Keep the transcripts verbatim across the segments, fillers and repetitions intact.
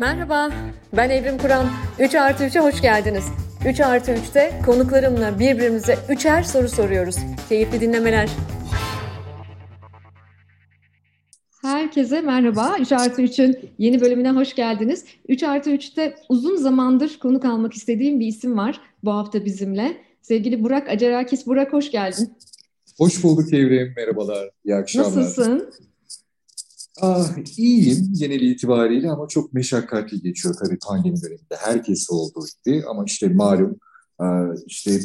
Merhaba, ben Evrim Kur'an. üç artı üçe hoş geldiniz. üç artı üçte konuklarımla birbirimize üçer soru soruyoruz. Keyifli dinlemeler. Herkese merhaba. üç artı üçün yeni bölümüne hoş geldiniz. üç artı üçte uzun zamandır konuk almak istediğim bir isim var bu hafta bizimle. Sevgili Burak Acerakis. Burak, hoş geldin. Hoş bulduk Evrim, merhabalar, iyi akşamlar. Nasılsın? Ah, iyiyim genel itibariyle ama çok meşakkatli geçiyor tabii pandemi döneminde. Herkes olduğu gibi ama işte malum ah, işte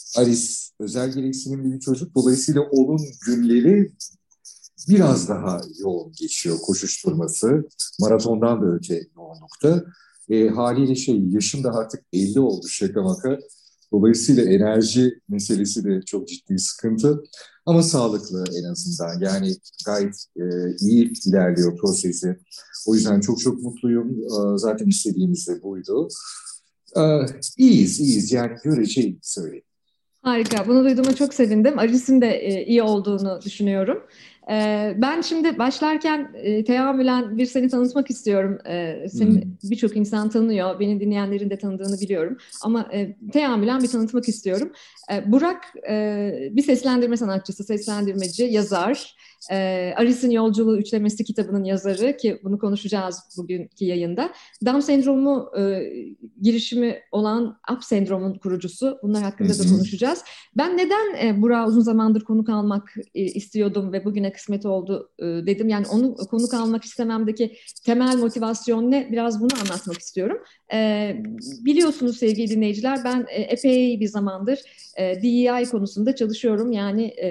Aris özel gereksinimli bir çocuk. Dolayısıyla onun günleri biraz daha yoğun geçiyor koşuşturması. Maratondan da öte yoğunlukta. E, haliyle şey yaşım da artık elli oldu şaka maka. Dolayısıyla enerji meselesi de çok ciddi sıkıntı. Ama sağlıklı en azından. Yani gayet e, iyi ilerliyor prosesi. O yüzden çok çok mutluyum. E, zaten istediğimiz de buydu. E, iyiyiz, iyiyiz. Yani göreceğim söyleyeyim. Harika. Bunu duyduğuma çok sevindim. Aris'in de e, iyi olduğunu düşünüyorum. E, ben şimdi başlarken e, teamülen bir seni tanıtmak istiyorum. E, seni Hmm. birçok insan tanıyor. Beni dinleyenlerin de tanıdığını biliyorum. Ama e, teamülen bir tanıtmak istiyorum. E, Burak e, bir seslendirme sanatçısı, seslendirmeci, yazar. E, Aris'in Yolculuğu Üçlemesi kitabının yazarı, ki bunu konuşacağız bugünkü yayında. Down sendromu e, girişimi olan Up sendromun kurucusu. Bunlar Hı hakkında da hı. konuşacağız. Ben neden e, Burak'ı uzun zamandır konuk almak e, istiyordum ve bugüne kısmet oldu e, dedim. Yani onu konuk almak istememdeki temel motivasyon ne? Biraz bunu anlatmak istiyorum. E, Biliyorsunuz sevgili dinleyiciler, ben e, epey bir zamandır e, D E I konusunda çalışıyorum. Yani e,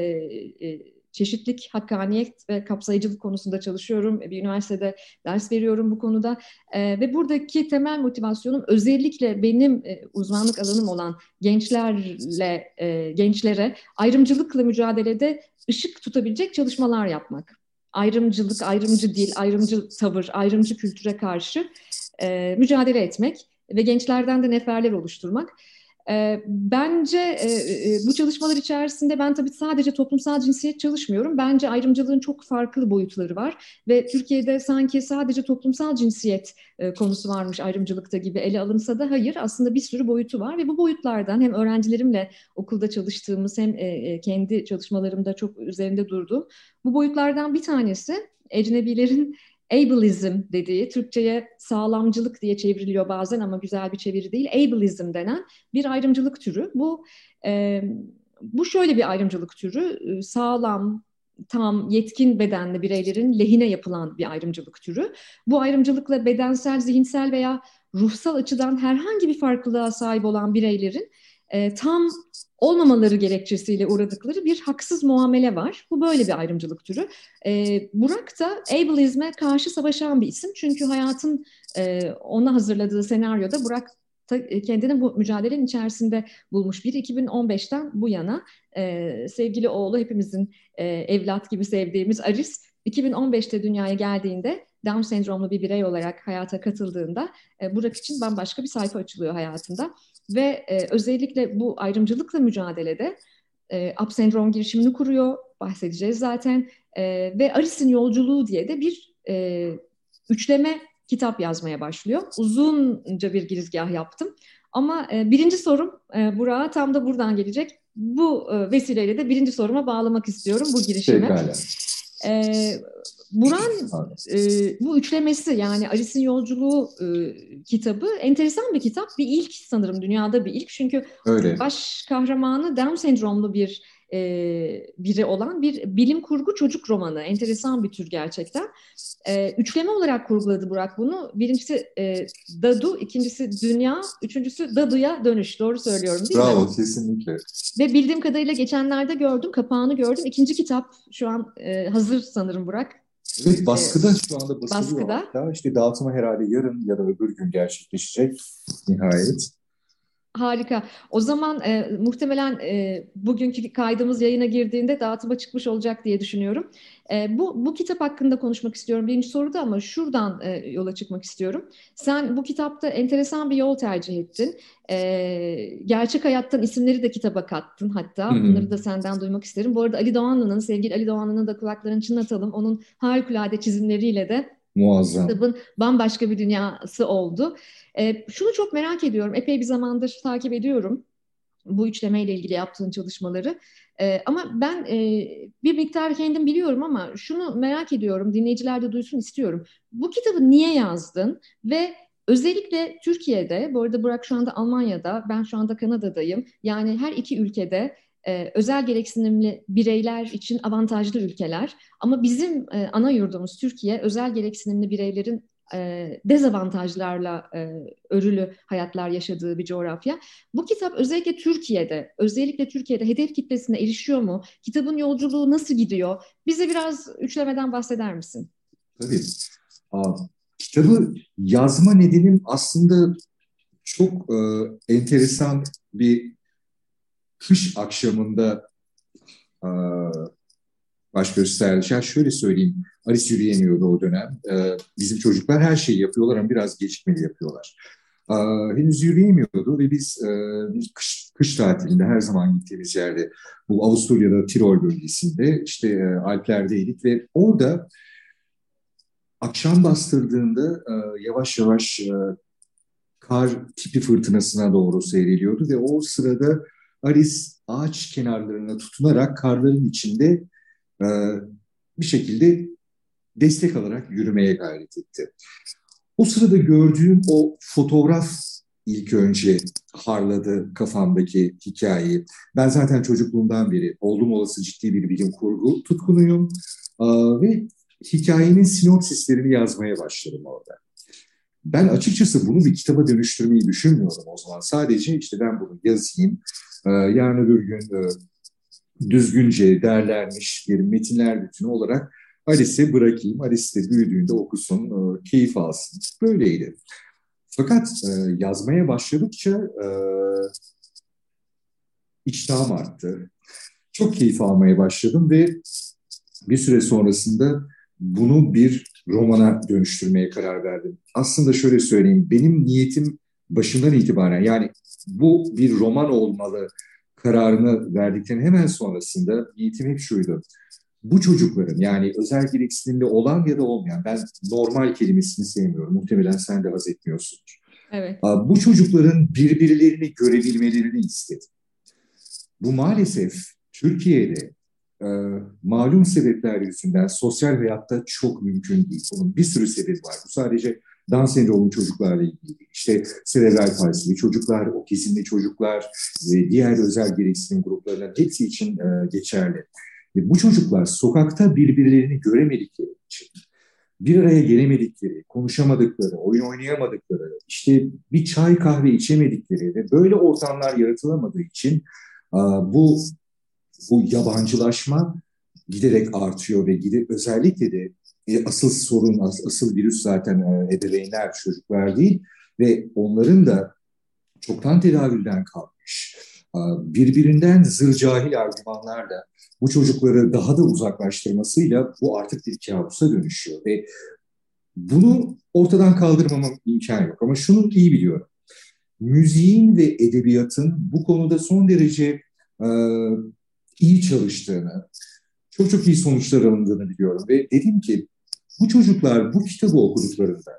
e, çeşitlilik, hakkaniyet ve kapsayıcılık konusunda çalışıyorum. Bir üniversitede ders veriyorum bu konuda. E, ve buradaki temel motivasyonum özellikle benim e, uzmanlık alanım olan gençlerle, e, gençlere ayrımcılıkla mücadelede ışık tutabilecek çalışmalar yapmak. Ayrımcılık, ayrımcı dil, ayrımcı tavır, ayrımcı kültüre karşı e, mücadele etmek ve gençlerden de neferler oluşturmak. E, bence e, e, bu çalışmalar içerisinde ben tabii sadece toplumsal cinsiyet çalışmıyorum. Bence ayrımcılığın çok farklı boyutları var ve Türkiye'de sanki sadece toplumsal cinsiyet e, konusu varmış ayrımcılıkta gibi ele alınsa da hayır, aslında bir sürü boyutu var ve bu boyutlardan hem öğrencilerimle okulda çalıştığımız hem e, kendi çalışmalarımda çok üzerinde durduğum bu boyutlardan bir tanesi ecnebilerin ableism dediği, Türkçe'ye sağlamcılık diye çevriliyor bazen ama güzel bir çeviri değil, ableism denen bir ayrımcılık türü. Bu e, bu şöyle bir ayrımcılık türü: sağlam, tam, yetkin bedenli bireylerin lehine yapılan bir ayrımcılık türü. Bu ayrımcılıkla bedensel, zihinsel veya ruhsal açıdan herhangi bir farklılığa sahip olan bireylerin e, tam olmamaları gerekçesiyle uğradıkları bir haksız muamele var. Bu böyle bir ayrımcılık türü. E, Burak da ableizme karşı savaşan bir isim. Çünkü hayatın e, ona hazırladığı senaryoda Burak kendini bu mücadelenin içerisinde bulmuş bir. iki bin on beşten bu yana e, sevgili oğlu, hepimizin e, evlat gibi sevdiğimiz Aris, iki bin on beşte dünyaya geldiğinde Down sendromlu bir birey olarak hayata katıldığında e, Burak için bambaşka bir sayfa açılıyor hayatında. Ve e, özellikle bu ayrımcılıkla mücadelede e, Up sendrom girişimini kuruyor, bahsedeceğiz zaten. E, ve Aris'in Yolculuğu diye de bir e, üçleme kitap yazmaya başlıyor. Uzunca bir girizgah yaptım. Ama e, birinci sorum e, Burak'a tam da buradan gelecek. Bu e, vesileyle de birinci soruma bağlamak istiyorum bu girişimi. Pekala. E, Burak'ın e, bu üçlemesi, yani Aris'in Yolculuğu e, kitabı enteresan bir kitap. Bir ilk, sanırım dünyada bir ilk. Çünkü Öyle. baş kahramanı Down sendromlu bir e, biri olan bir bilim kurgu çocuk romanı. Enteresan bir tür gerçekten. E, üçleme olarak kurguladı Burak bunu. Birincisi e, Dadu, ikincisi Dünya, üçüncüsü Dadu'ya Dönüş. Doğru söylüyorum değil mi? Bravo, kesinlikle. Ve bildiğim kadarıyla geçenlerde gördüm, kapağını gördüm. İkinci kitap şu an e, hazır sanırım Burak. Evet, E, baskıda şu anda basılıyor baskıda. hatta. İşte dağıtımı herhalde yarın ya da öbür gün gerçekleşecek nihayet. Harika. O zaman e, muhtemelen e, bugünkü kaydımız yayına girdiğinde dağıtıma çıkmış olacak diye düşünüyorum. E, bu, bu kitap hakkında konuşmak istiyorum. Birinci soruda ama şuradan e, yola çıkmak istiyorum. Sen bu kitapta enteresan bir yol tercih ettin. E, gerçek hayattan isimleri de kitaba kattın Hı hatta. hı. Bunları da senden duymak isterim. Bu arada Ali Doğanlı'nın, sevgili Ali Doğanlı'nın da kulaklarını çınlatalım. Onun harikulade çizimleriyle de Muazzam. Kitabın bambaşka bir dünyası oldu. E, şunu çok merak ediyorum. Epey bir zamandır takip ediyorum bu üçlemeyle ilgili yaptığın çalışmaları. Ee, ama ben e, bir miktar kendim biliyorum ama şunu merak ediyorum, dinleyiciler de duysun istiyorum. Bu kitabı niye yazdın ve özellikle Türkiye'de, bu arada Burak şu anda Almanya'da, ben şu anda Kanada'dayım. Yani her iki ülkede e, özel gereksinimli bireyler için avantajlı ülkeler. Ama bizim e, ana yurdumuz Türkiye, özel gereksinimli bireylerin e, dezavantajlarla e, örülü hayatlar yaşadığı bir coğrafya. Bu kitap özellikle Türkiye'de, özellikle Türkiye'de hedef kitlesine erişiyor mu? Kitabın yolculuğu nasıl gidiyor? Bize biraz üçlemeden bahseder misin? Tabii. Aa, kitabı yazma nedenim aslında çok e, enteresan bir kış akşamında e, baş gösterdi. Ya şöyle söyleyeyim, Alice yürüyemiyordu o dönem. E, bizim çocuklar her şeyi yapıyorlar ama biraz gecikmeli yapıyorlar. E, henüz yürüyemiyordu ve biz e, bir kış, kış tatilinde her zaman gittiğimiz yerde bu Avusturya'da Tirol bölgesinde işte e, Alplerdeydik ve orada akşam bastırdığında e, yavaş yavaş e, kar tipi fırtınasına doğru seyrediyordu ve o sırada Alice ağaç kenarlarına tutunarak karların içinde e, bir şekilde destek alarak yürümeye gayret etti. O sırada gördüğüm o fotoğraf ilk önce harladı kafamdaki hikayeyi. Ben zaten çocukluğumdan beri oldum olası ciddi bir bilim kurgu tutkunuyum. E, ve hikayenin sinopsislerini yazmaya başladım orada. Ben açıkçası bunu bir kitaba dönüştürmeyi düşünmüyordum o zaman. Sadece işte ben bunu yazayım, e, yarın öbür gün e, düzgünce derlenmiş bir metinler bütünü olarak Alice'e bırakayım. Alice de büyüdüğünde okusun, e, keyif alsın. Böyleydi. Fakat e, yazmaya başladıkça e, iştahım arttı. Çok keyif almaya başladım ve bir süre sonrasında bunu bir romana dönüştürmeye karar verdim. Aslında şöyle söyleyeyim, benim niyetim başından itibaren yani bu bir roman olmalı kararını verdikten hemen sonrasında niyetim hep şuydu. Bu çocukların yani özel gereksinimli olan ya da olmayan, ben normal kelimesini sevmiyorum, muhtemelen sen de haz etmiyorsundur. Evet. Bu çocukların birbirlerini görebilmelerini istedim. Bu maalesef Türkiye'de e, malum sebepler yüzünden sosyal hayatta çok mümkün değil. Bunun bir sürü sebebi var. Bu sadece Down sendromlu çocuklarla ilgili değil. İşte serebral palsili çocuklar, otizmli çocuklar ve diğer özel gereksinim gruplarının hepsi için e, geçerli. Ve bu çocuklar sokakta birbirlerini göremedikleri için, bir araya gelemedikleri, konuşamadıkları, oyun oynayamadıkları, işte bir çay kahve içemedikleri ve böyle ortamlar yaratılamadığı için bu bu yabancılaşma giderek artıyor ve giderek, özellikle de e, asıl sorun, as, asıl virüs zaten e, ebeveynler, çocuklar değil ve onların da çoktan tedavülden kalkmış, birbirinden zırcahil argümanlarla bu çocukları daha da uzaklaştırmasıyla bu artık bir kabusa dönüşüyor ve bunu ortadan kaldırmama imkan yok. Ama şunu iyi biliyorum. Müziğin ve edebiyatın bu konuda son derece e, iyi çalıştığını, çok çok iyi sonuçlar alındığını biliyorum. Ve dedim ki bu çocuklar bu kitabı okuduklarında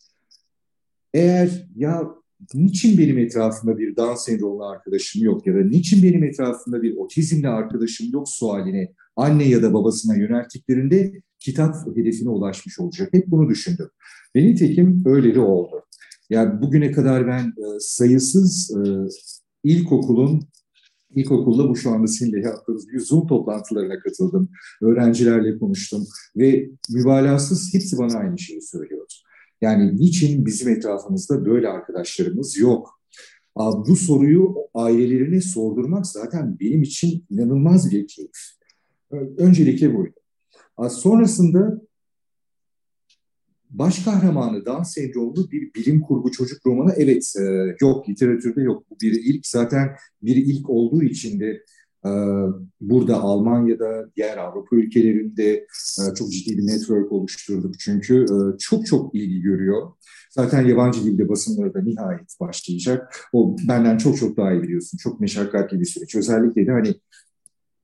eğer ya niçin benim etrafımda bir Down sendromlu arkadaşım yok ya da niçin benim etrafımda bir otizmli arkadaşım yok sualini anne ya da babasına yönelttiklerinde kitap hedefine ulaşmış olacak. Hep bunu düşündüm. Ve nitekim öyle de oldu. Yani bugüne kadar ben e, sayısız e, ilkokulun, ilkokulda bu şu anda seninle yaptığımız bir Zoom toplantılarına katıldım. Öğrencilerle konuştum ve mübalağasız hepsi bana aynı şeyi söylüyordu. Yani niçin bizim etrafımızda böyle arkadaşlarımız yok? Bu soruyu ailelerine sordurmak zaten benim için inanılmaz bir keyif. Öncelikle buydu. Sonrasında baş kahramanı Down sendromlu bir bilim kurgu çocuk romanı evet e, yok, literatürde yok. Bu bir ilk, zaten bir ilk olduğu için de e, burada Almanya'da, diğer Avrupa ülkelerinde e, çok ciddi bir network oluşturduk. Çünkü e, çok çok ilgi görüyor. Zaten yabancı dilde basımları da nihayet başlayacak. O benden çok çok daha iyi biliyorsun. Çok meşakkatli bir süreç. Özellikle de hani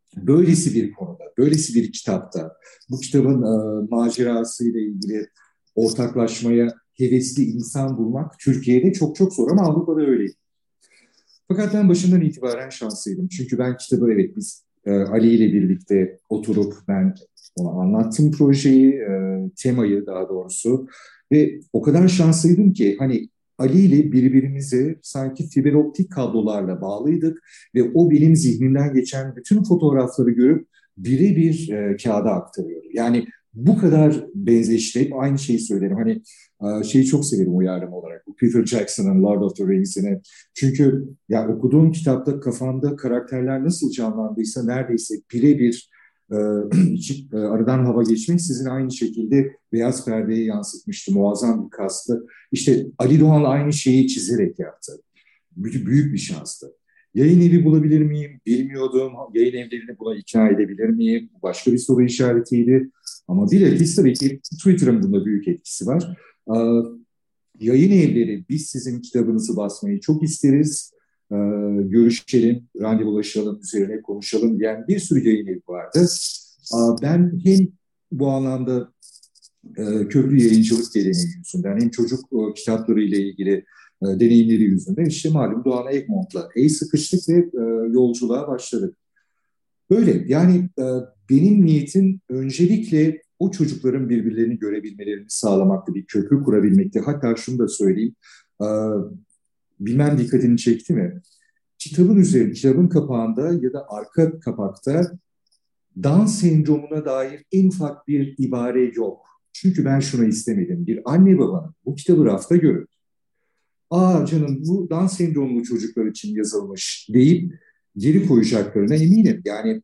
böylesi bir konuda, böylesi bir kitapta, bu kitabın e, macerasıyla ilgili ortaklaşmaya hevesli insan bulmak Türkiye'de çok çok zor ama Avrupa'da öyle. Fakat ben başından itibaren şanslıydım. Çünkü ben kitabı evet biz e, Ali ile birlikte oturup ben ona anlattım projeyi, e, temayı daha doğrusu. Ve o kadar şanslıydım ki hani Ali ile birbirimize sanki fiber optik kablolarla bağlıydık ve o benim zihnimden geçen bütün fotoğrafları görüp birebir e, kağıda aktarıyordu. Yani bu kadar benzeşti. Hep aynı şeyi söylerim. Hani e, şeyi çok severim uyarlama olarak. Bu Peter Jackson'ın Lord of the Rings'ini. Çünkü ya okuduğum kitapta kafamda karakterler nasıl canlandıysa neredeyse birebir e, içi- e, aradan hava geçmek sizin aynı şekilde beyaz perdeye yansıtmıştı. Muazzam bir kastı. İşte Ali Doğan'la aynı şeyi çizerek yaptı. Büyük, büyük bir şanstı. Yayın evi bulabilir miyim? Bilmiyordum. Yayın evlerini buna ikna edebilir miyim? Başka bir soru işaretiydi. Ama bilakis tabii ki Twitter'ın bunda büyük etkisi var. Ee, Yayın evleri biz sizin kitabınızı basmayı çok isteriz. Ee, görüşelim, randevulaşalım, üzerine konuşalım diyen bir sürü yayın evi vardı. Aa, ben hem bu anlamda e, köklü yayıncılık geleneği yüzünden hem çocuk e, kitapları ile ilgili e, deneyimleri yüzünden işte malum Doğan Egmont'la el sıkıştık ve e, yolculuğa başladık. Böyle yani e, benim niyetim öncelikle o çocukların birbirlerini görebilmelerini sağlamaktı, bir köprü kurabilmekti. Hatta şunu da söyleyeyim, e, bilmem dikkatini çekti mi? Kitabın üzerinde, kitabın kapağında ya da arka kapakta Down sendromuna dair en ufak bir ibare yok. Çünkü ben şunu istemedim. Bir anne babanın bu kitabı rafta görüp, aa canım bu Down sendromlu çocuklar için yazılmış deyip geri koyacaklarına eminim. Yani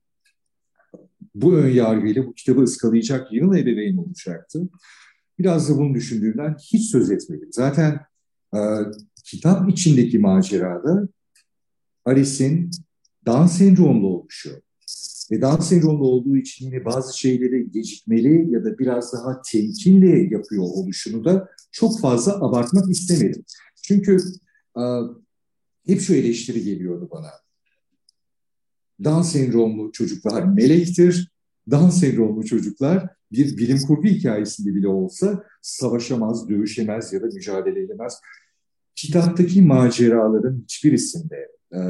bu ön yargıyla bu kitabı ıskalayacak yığın ebeveyn olacaktı. Biraz da bunu düşündüğümden hiç söz etmedim. Zaten e, kitap içindeki macerada Aris'in Down sendromlu oluşu ve Down sendromlu olduğu için yine bazı şeyleri gecikmeli ya da biraz daha temkinli yapıyor oluşunu da çok fazla abartmak istemedim. Çünkü e, hep şu eleştiri geliyordu bana. Down sendromlu çocuklar melektir. Down sendromlu çocuklar bir bilim kurgu hikayesinde bile olsa savaşamaz, dövüşemez ya da mücadele edemez. Kitaptaki maceraların hiçbirisinde e,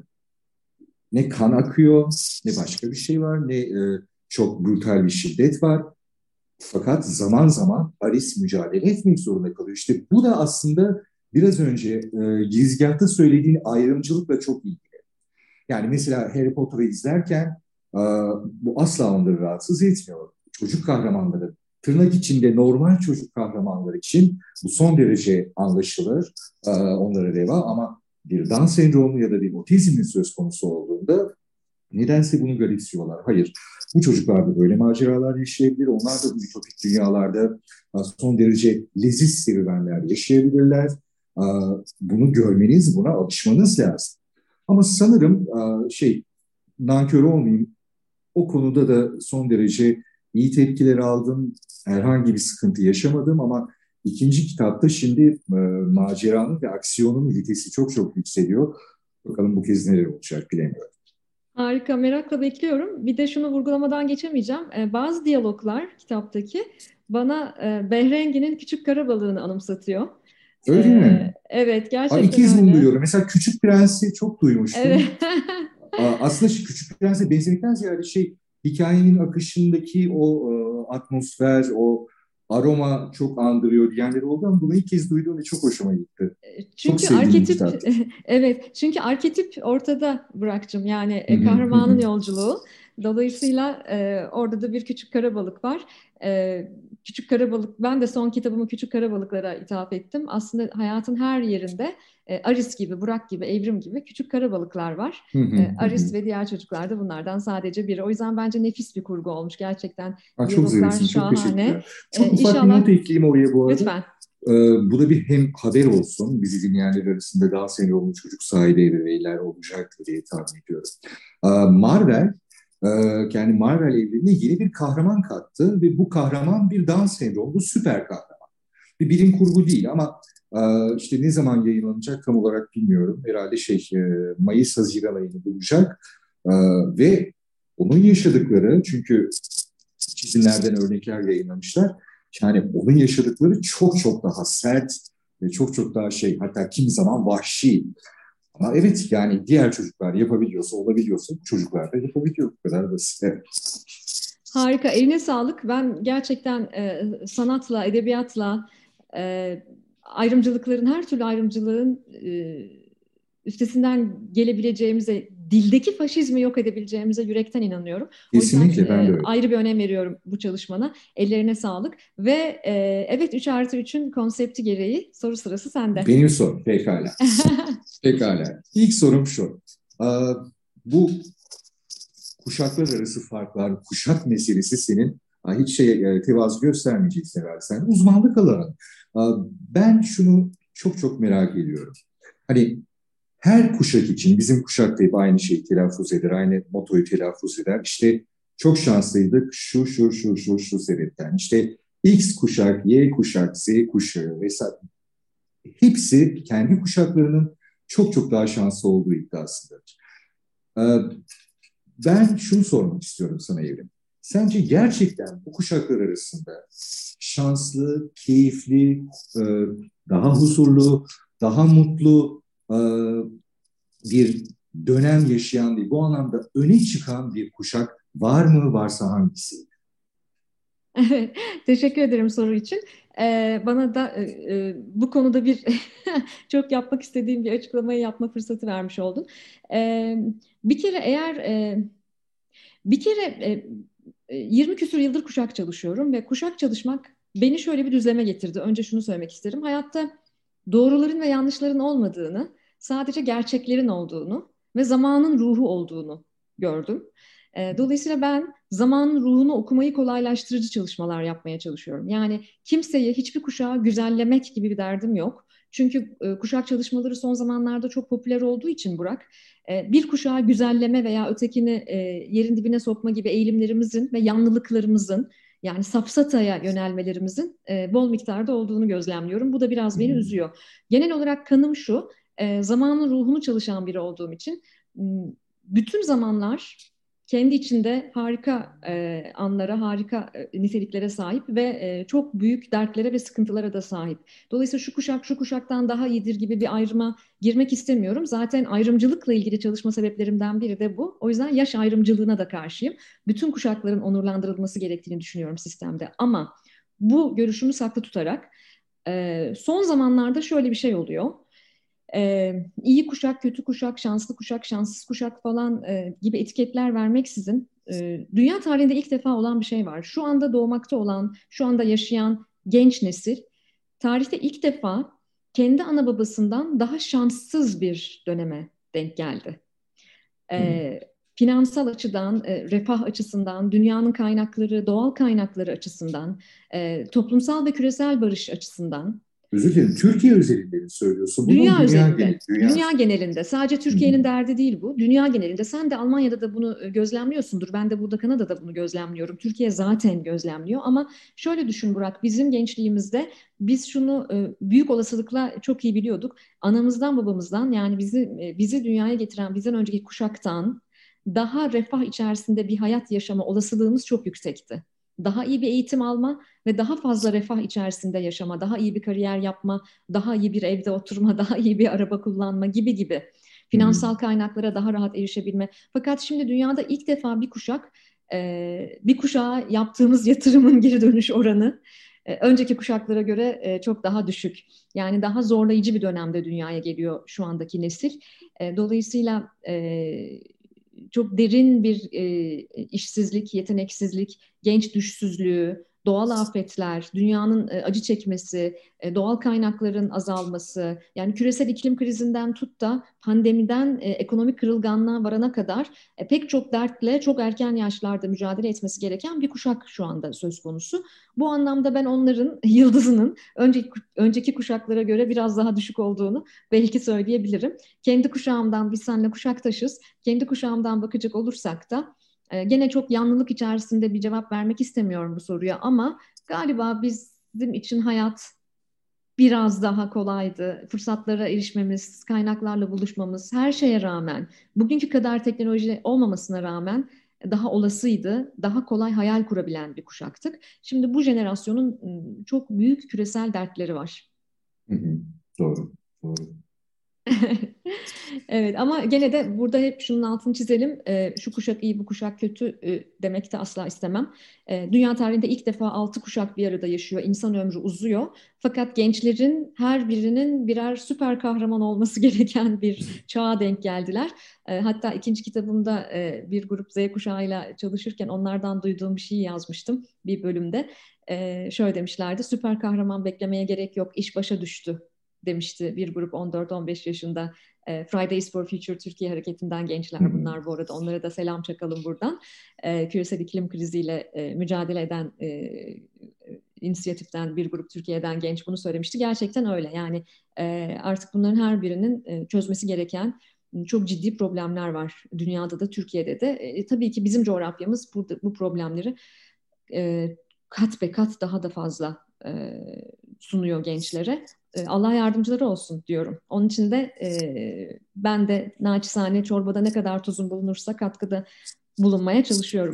ne kan akıyor, ne başka bir şey var, ne e, çok brutal bir şiddet var. Fakat zaman zaman Aris mücadele etmek zorunda kalıyor. İşte bu da aslında biraz önce e, girizgahta söylediğin ayrımcılıkla çok ilgili. Yani mesela Harry Potter'ı izlerken e, bu asla onları rahatsız etmiyor. Çocuk kahramanları, tırnak içinde normal çocuk kahramanlar için bu son derece anlaşılır, e, onlara reva ama bir Down sendromu ya da bir otizmin söz konusu olduğunda nedense bunu garipsiyorlar. Hayır, bu çocuklar da böyle maceralar yaşayabilir. Onlar da bu ütopik dünyalarda e, son derece leziz serüvenler yaşayabilirler. E, Bunu görmeniz, buna alışmanız lazım. Ama sanırım e, şey, nankör olmayayım, o konuda da son derece iyi tepkiler aldım. Herhangi bir sıkıntı yaşamadım ama ikinci kitapta şimdi e, maceranın ve aksiyonun vitesi çok çok yükseliyor. Bakalım bu kez neler olacak bilemiyorum. Harika, merakla bekliyorum. Bir de şunu vurgulamadan geçemeyeceğim. Ee, bazı diyaloglar kitaptaki bana e, Behrengi'nin Küçük Karabalığını anımsatıyor. Öyle Ee, mi? evet, Aa, iki gerçekten kez bunu öyle. duyuyorum. Mesela Küçük Prens'i çok duymuştum. Evet. Aa, aslında şu Küçük Prens'e benzemekten ziyade şey, hikayenin akışındaki o e, atmosfer, o aroma çok andırıyor diyenleri oldu ama bunu ilk kez duyduğum ve çok hoşuma gitti. Çok Çünkü sevdiğim bir arketip kitaptır. evet, çünkü arketip ortada Burak'cığım, yani Hı e, hı, hı kahramanın hı. yolculuğu. Dolayısıyla e, orada da bir küçük karabalık var. E, küçük karabalık, ben de son kitabımı Küçük Karabalıklara ithaf ettim. Aslında hayatın her yerinde e, Aris gibi, Burak gibi, Evrim gibi küçük karabalıklar var. Hı hı, E, hı hı. Aris ve diğer çocuklar da bunlardan sadece biri. O yüzden bence nefis bir kurgu olmuş. Gerçekten Aa, çok diyaloglar zarifsin, çok şahane. teşekkürler. E, Çok ufak bir inşallah not ekleyeyim oraya bu arada. lütfen. Ee, Bu da bir hem haber olsun, bizi dinleyenler arasında daha senior çocuk sahibi ebeveynler olacaktır diye tahmin ediyorum. Ee, Marvel, e, kendi Marvel evrenine yeni bir kahraman kattı ve bu kahraman bir Down sendromlu süper kahraman. Bir bilim kurgu değil ama e, işte ne zaman yayınlanacak tam olarak bilmiyorum. Herhalde şey e, Mayıs-Haziran ayını bulacak. E, Ve onun yaşadıkları, çünkü çizimlerden örnekler yayınlamışlar. Yani onun yaşadıkları çok çok daha sert ve çok çok daha şey, hatta kimi zaman vahşi. Ama evet, yani diğer çocuklar yapabiliyorsa, olabiliyorsa bu çocuklar da yapabiliyor. Bu kadar basit. Evet. Harika, eline sağlık. Ben gerçekten e, sanatla, edebiyatla, e, ayrımcılıkların, her türlü ayrımcılığın e, üstesinden gelebileceğimize, dildeki faşizmi yok edebileceğimize yürekten inanıyorum. O yüzden Kesinlikle, ben de e, öyle. ayrı bir önem veriyorum bu çalışmana. Ellerine sağlık. Ve e, evet, üç artı üçün konsepti gereği soru sırası sende. Benim sorum, pekala. Pekala. İlk sorum şu. Aa, bu kuşaklar arası farklar, kuşak meselesi senin ha, hiç şey e, tevazu göstermeyeceksin herhalde. Sen uzmanlık alanın. Aa, ben şunu çok çok merak ediyorum. Hani her kuşak için bizim kuşak da hep aynı şeyi telaffuz eder, aynı motoyu telaffuz eder. İşte çok şanslıydık şu şu şu şu şu sebepten. İşte X kuşak, Y kuşak, Z kuşağı vesaire. Hepsi kendi kuşaklarının çok çok daha şanslı olduğu iddiasındadır. Ee, Ben şunu sormak istiyorum sana Evrim. Sence gerçekten bu kuşaklar arasında şanslı, keyifli, e, daha huzurlu, daha mutlu e, bir dönem yaşayan değil, bu anlamda öne çıkan bir kuşak var mı? Varsa hangisi? Evet, teşekkür ederim soru için. Ee, bana da e, e, bu konuda bir çok yapmak istediğim bir açıklamayı yapma fırsatı vermiş oldun. Ee, bir kere eğer e, bir kere e, e, yirmi küsur yıldır kuşak çalışıyorum ve kuşak çalışmak beni şöyle bir düzleme getirdi. Önce şunu söylemek isterim. Hayatta doğruların ve yanlışların olmadığını, sadece gerçeklerin olduğunu ve zamanın ruhu olduğunu gördüm. E, dolayısıyla ben zamanın ruhunu okumayı kolaylaştırıcı çalışmalar yapmaya çalışıyorum. Yani kimseyi, hiçbir kuşağı güzellemek gibi bir derdim yok. Çünkü e, kuşak çalışmaları son zamanlarda çok popüler olduğu için Burak, e, bir kuşağı güzelleme veya ötekini e, yerin dibine sokma gibi eğilimlerimizin ve yanlılıklarımızın, yani safsataya yönelmelerimizin e, bol miktarda olduğunu gözlemliyorum. Bu da biraz beni Hmm. üzüyor. Genel olarak kanım şu, e, zamanın ruhunu çalışan biri olduğum için bütün zamanlar kendi içinde harika e, anlara, harika e, niteliklere sahip ve e, çok büyük dertlere ve sıkıntılara da sahip. Dolayısıyla şu kuşak şu kuşaktan daha iyidir gibi bir ayrıma girmek istemiyorum. Zaten ayrımcılıkla ilgili çalışma sebeplerimden biri de bu. O yüzden yaş ayrımcılığına da karşıyım. Bütün kuşakların onurlandırılması gerektiğini düşünüyorum sistemde. Ama bu görüşümü saklı tutarak e, son zamanlarda şöyle bir şey oluyor. Ee, iyi kuşak, kötü kuşak, şanslı kuşak, şanssız kuşak falan e, gibi etiketler vermeksizin e, dünya tarihinde ilk defa olan bir şey var. Şu anda doğmakta olan, şu anda yaşayan genç nesil tarihte ilk defa kendi ana babasından daha şanssız bir döneme denk geldi. Hmm. E, Finansal açıdan, e, refah açısından, dünyanın kaynakları, doğal kaynakları açısından, e, toplumsal ve küresel barış açısından. Özür dilerim. Türkiye özelinde mi söylüyorsun bunu? Dünya Dünya özelinde, geneli. Dünya dünya özelinde. genelinde. Sadece Türkiye'nin Hmm. derdi değil bu. Dünya genelinde. Sen de Almanya'da da bunu e, gözlemliyorsundur. Ben de burada Kanada'da bunu gözlemliyorum. Türkiye zaten gözlemliyor. Ama şöyle düşün Burak, bizim gençliğimizde biz şunu e, büyük olasılıkla çok iyi biliyorduk. Anamızdan babamızdan, yani bizi e, bizi dünyaya getiren bizden önceki kuşaktan daha refah içerisinde bir hayat yaşama olasılığımız çok yüksekti. Daha iyi bir eğitim alma ve daha fazla refah içerisinde yaşama, daha iyi bir kariyer yapma, daha iyi bir evde oturma, daha iyi bir araba kullanma gibi gibi. Finansal Hmm. kaynaklara daha rahat erişebilme. Fakat şimdi dünyada ilk defa bir kuşak, e, bir kuşağa yaptığımız yatırımın geri dönüş oranı e, önceki kuşaklara göre e, çok daha düşük. Yani daha zorlayıcı bir dönemde dünyaya geliyor şu andaki nesil. E, dolayısıyla e, çok derin bir e, işsizlik, yeteneksizlik, genç düşsüzlüğü, doğal afetler, dünyanın e, acı çekmesi, e, doğal kaynakların azalması, yani küresel iklim krizinden tut da pandemiden e, ekonomik kırılganlığa varana kadar e, pek çok dertle çok erken yaşlarda mücadele etmesi gereken bir kuşak şu anda söz konusu. Bu anlamda ben onların yıldızının önceki, önceki kuşaklara göre biraz daha düşük olduğunu belki söyleyebilirim. Kendi kuşağımdan, biz seninle kuşaktaşız, kendi kuşağımdan bakacak olursak da e, gene çok yanlılık içerisinde bir cevap vermek istemiyorum bu soruya ama galiba bizim için hayat biraz daha kolaydı. Fırsatlara erişmemiz, kaynaklarla buluşmamız, her şeye rağmen, bugünkü kadar teknoloji olmamasına rağmen daha olasıydı, daha kolay hayal kurabilen bir kuşaktık. Şimdi bu jenerasyonun çok büyük küresel dertleri var. Hı hı. Doğru, doğru. Evet, ama gene de burada hep şunun altını çizelim. Ee, şu kuşak iyi, bu kuşak kötü e, demek de asla istemem. Ee, dünya tarihinde ilk defa altı kuşak bir arada yaşıyor. İnsan ömrü uzuyor. Fakat gençlerin her birinin birer süper kahraman olması gereken bir çağa denk geldiler. Ee, hatta ikinci kitabımda e, bir grup Z kuşağıyla çalışırken onlardan duyduğum bir şey yazmıştım bir bölümde. Ee, şöyle demişlerdi: süper kahraman beklemeye gerek yok, iş başa düştü demişti bir grup on dört on beş yaşında. E, Fridays for Future Türkiye hareketinden Hı gençler hı. bunlar bu arada. Onlara da selam çakalım buradan. E, küresel iklim kriziyle e, mücadele eden e, inisiyatiften bir grup Türkiye'den genç bunu söylemişti. Gerçekten öyle. Yani e, artık bunların her birinin e, çözmesi gereken çok ciddi problemler var. Dünyada da Türkiye'de de. E, tabii ki bizim coğrafyamız burada bu problemleri e, kat be kat daha da fazla e, sunuyor gençlere. E, Allah yardımcıları olsun diyorum. Onun için de e, ben de naçizane çorbada ne kadar tuzun bulunursa katkıda bulunmaya çalışıyorum.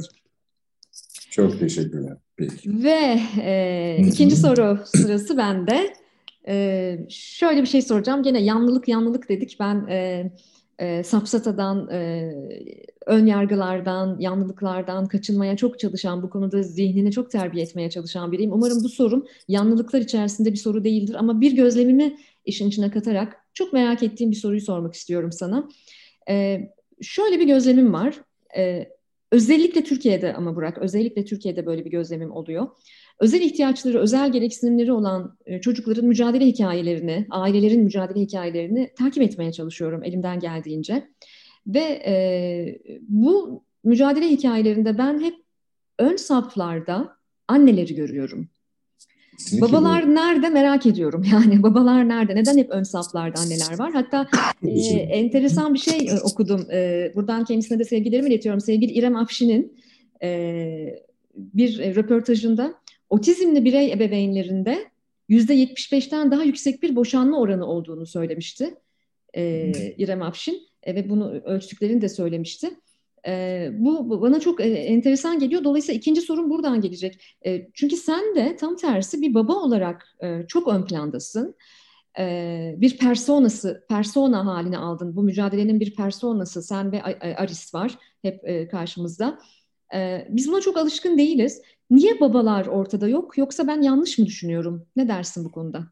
Çok teşekkürler. Peki. Ve Hı e, ikinci hı. soru sırası bende. E, şöyle bir şey soracağım. Gene yanlılık yanlılık dedik. Ben e, e, safsatadan, e, ön yargılardan, yanlılıklardan kaçınmaya çok çalışan, bu konuda zihnini çok terbiye etmeye çalışan biriyim. Umarım bu sorum yanlılıklar içerisinde bir soru değildir. Ama bir gözlemimi işin içine katarak çok merak ettiğim bir soruyu sormak istiyorum sana. E, şöyle bir gözlemim var. E, Özellikle Türkiye'de, ama Burak, özellikle Türkiye'de böyle bir gözlemim oluyor. Özel ihtiyaçları, özel gereksinimleri olan e, çocukların mücadele hikayelerini, ailelerin mücadele hikayelerini takip etmeye çalışıyorum elimden geldiğince. Ve e, bu mücadele hikayelerinde ben hep ön saflarda anneleri görüyorum. Kesinlikle doğru. Babalar nerede merak ediyorum. Yani babalar nerede? Neden hep ön saflarda anneler var? Hatta e, Çok özür dilerim. enteresan bir şey e, okudum. E, buradan kendisine de sevgilerimi iletiyorum. Sevgili İrem Afşin'in e, bir e, röportajında otizmli birey ebeveynlerinde yüzde yetmiş beşten daha yüksek bir boşanma oranı olduğunu söylemişti e, İrem Afşin. E, ve bunu ölçtüklerini de söylemişti. E, bu, bu bana çok e, enteresan geliyor. Dolayısıyla ikinci sorum buradan gelecek. E, çünkü sen de tam tersi bir baba olarak e, çok ön plandasın. E, bir personası, persona haline aldın. Bu mücadelenin bir personası. Sen ve Aris var hep e, karşımızda. E, biz buna çok alışkın değiliz. Niye babalar ortada yok? Yoksa ben yanlış mı düşünüyorum? Ne dersin bu konuda?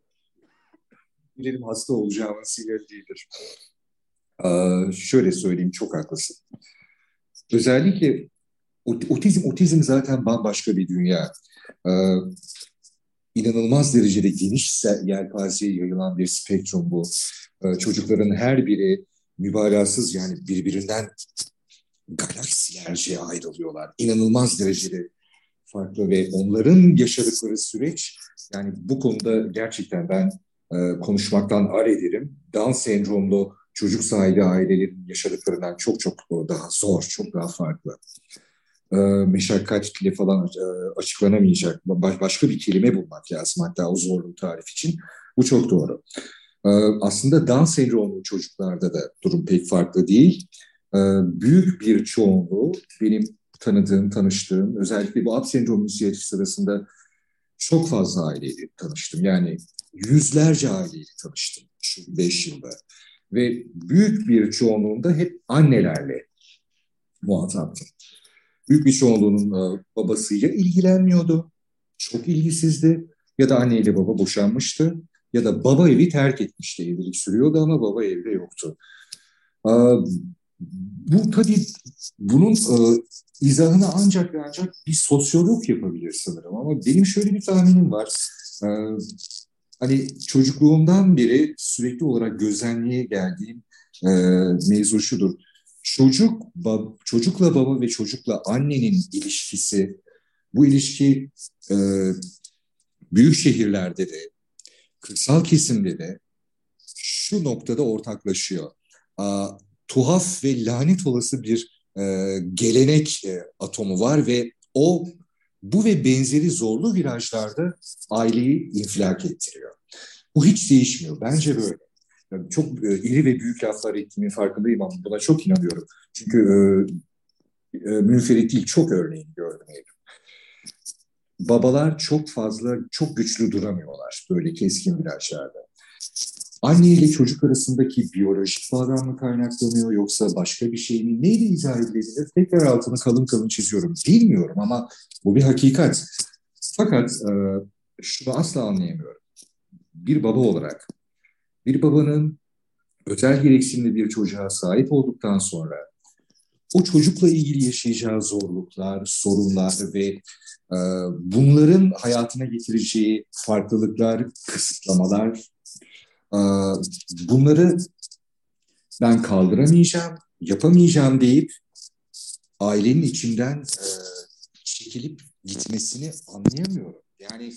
Benim hasta olacağımın sinyali değildir. Aa, şöyle söyleyeyim, çok haklısın. Özellikle ot- otizm, otizm zaten bambaşka bir dünya. Ee, inanılmaz derecede geniş se- yelpazeye yayılan bir spektrum bu. Ee, çocukların her biri mübalağasız, yani birbirinden galaksilerce ayrılıyorlar. İnanılmaz derecede farklı ve onların yaşadıkları süreç, yani bu konuda gerçekten ben e, konuşmaktan ar ederim. Down sendromlu çocuk sahibi ailelerin yaşadıklarından çok çok daha zor, çok daha farklı. E, meşakkatli falan e, açıklanamayacak ba- başka bir kelime bulmak lazım hatta o zorluğu tarif için. Bu çok doğru. E, aslında Down sendromlu çocuklarda da durum pek farklı değil. E, büyük bir çoğunluğu benim tanıdığım, tanıştığım, özellikle bu Up sendromu inisiyatif sırasında çok fazla aileyle tanıştım. Yani yüzlerce aileyle tanıştım şu beş yılda. Ve büyük bir çoğunluğunda hep annelerle muhataptım. Büyük bir çoğunluğunun e, babası ya ilgilenmiyordu, çok ilgisizdi, ya da anneyle baba boşanmıştı, ya da baba evi terk etmişti, evlilik sürüyordu ama baba evde yoktu. E, bu tabii bunun e, izahını ancak ve ancak bir sosyolog yapabilir sanırım, ama benim şöyle bir tahminim var. E, hani çocukluğumdan beri sürekli olarak gözlemleye geldiğim e, mevzu şudur. Çocuk, bab, çocukla baba ve çocukla annenin ilişkisi, bu ilişki e, büyük şehirlerde de, kırsal kesimde de şu noktada ortaklaşıyor. A, tuhaf ve lanet olası bir e, gelenek e, atomu var ve o bu ve benzeri zorlu virajlarda aileyi infilak ettiriyor. Bu hiç değişmiyor. Bence böyle. Yani çok e, iri ve büyük laflar ettiğimin farkındayım ama buna çok inanıyorum. Çünkü e, e, münferit değil, çok örneğini gördüm evde. Babalar çok fazla, çok güçlü duramıyorlar böyle keskin virajlarda. Anne ile çocuk arasındaki biyolojik bağdan mı kaynaklanıyor yoksa başka bir şey mi? Neyle izah edilebilir? Tekrar altını kalın kalın çiziyorum. Bilmiyorum ama bu bir hakikat. Fakat e, şunu asla anlayamıyorum. Bir baba olarak, bir babanın özel gereksinimli bir çocuğa sahip olduktan sonra o çocukla ilgili yaşayacağı zorluklar, sorunlar ve e, bunların hayatına getireceği farklılıklar, kısıtlamalar, e, bunları ben kaldıramayacağım, yapamayacağım deyip ailenin içinden e, çekilip gitmesini anlayamıyorum. Yani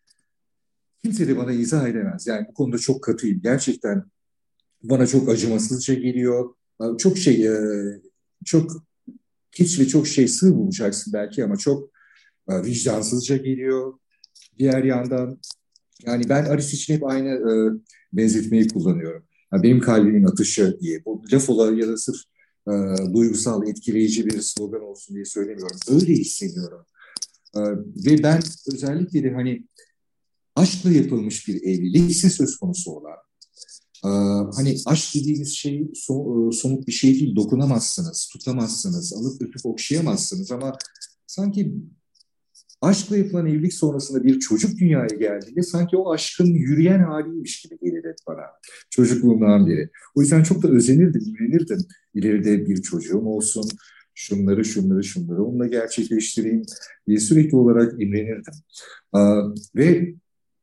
kimse de bana izah edemez. Yani bu konuda çok katıyım. Gerçekten bana çok acımasızca geliyor. Çok şey, e, çok hiç ve çok şey sığ bulacaksın belki ama çok e, vicdansızca geliyor. Diğer yandan yani ben Aris için hep aynı e, benzetmeyi kullanıyorum. Yani benim kalbimin atışı diye. Bu laf ola ya da sırf e, duygusal, etkileyici bir slogan olsun diye söylemiyorum. Öyle hissediyorum. E, ve ben özellikle de hani aşkla yapılmış bir evlilikse söz konusu olan, e, hani aşk dediğimiz şey so, e, somut bir şey değil. Dokunamazsınız, tutamazsınız, alıp öpüp okşayamazsınız ama sanki aşkla yapılan evlilik sonrasında bir çocuk dünyaya geldiğinde sanki o aşkın yürüyen haliymiş gibi gelir hep bana. Çocukluğumdan beri. O yüzden çok da özenirdim, imrenirdim. İleride bir çocuğum olsun, şunları, şunları, şunları onunla gerçekleştireyim diye sürekli olarak imrenirdim. Aa, ve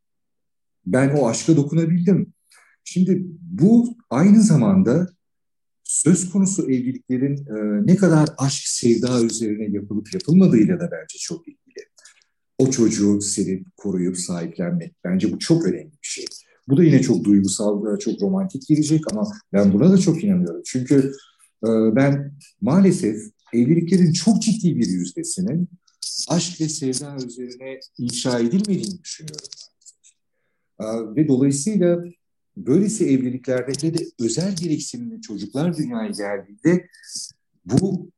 ben o aşka dokunabildim. Şimdi bu aynı zamanda söz konusu evliliklerin e, ne kadar aşk, sevda üzerine yapılıp yapılmadığıyla da bence çok ilgili. O çocuğu sevip, koruyup, sahiplenmek. Bence bu çok önemli bir şey. Bu da yine çok duygusal, çok romantik gelecek ama ben buna da çok inanıyorum. Çünkü e, ben maalesef evliliklerin çok ciddi bir yüzdesinin aşk ve sevda üzerine inşa edilmediğini düşünüyorum. E, ve dolayısıyla böylesi evliliklerde hele de özel gereksinimli çocuklar dünyaya geldiğinde bu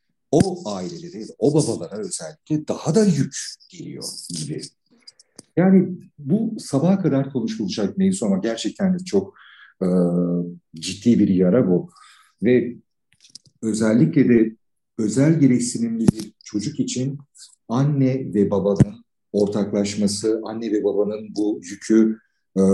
o ailelere, o babalara özellikle daha da yük geliyor gibi. Yani bu sabaha kadar konuşulacak mevzu ama gerçekten de çok e, ciddi bir yara bu. Ve özellikle de özel gereksinimli bir çocuk için anne ve babanın ortaklaşması, anne ve babanın bu yükü e,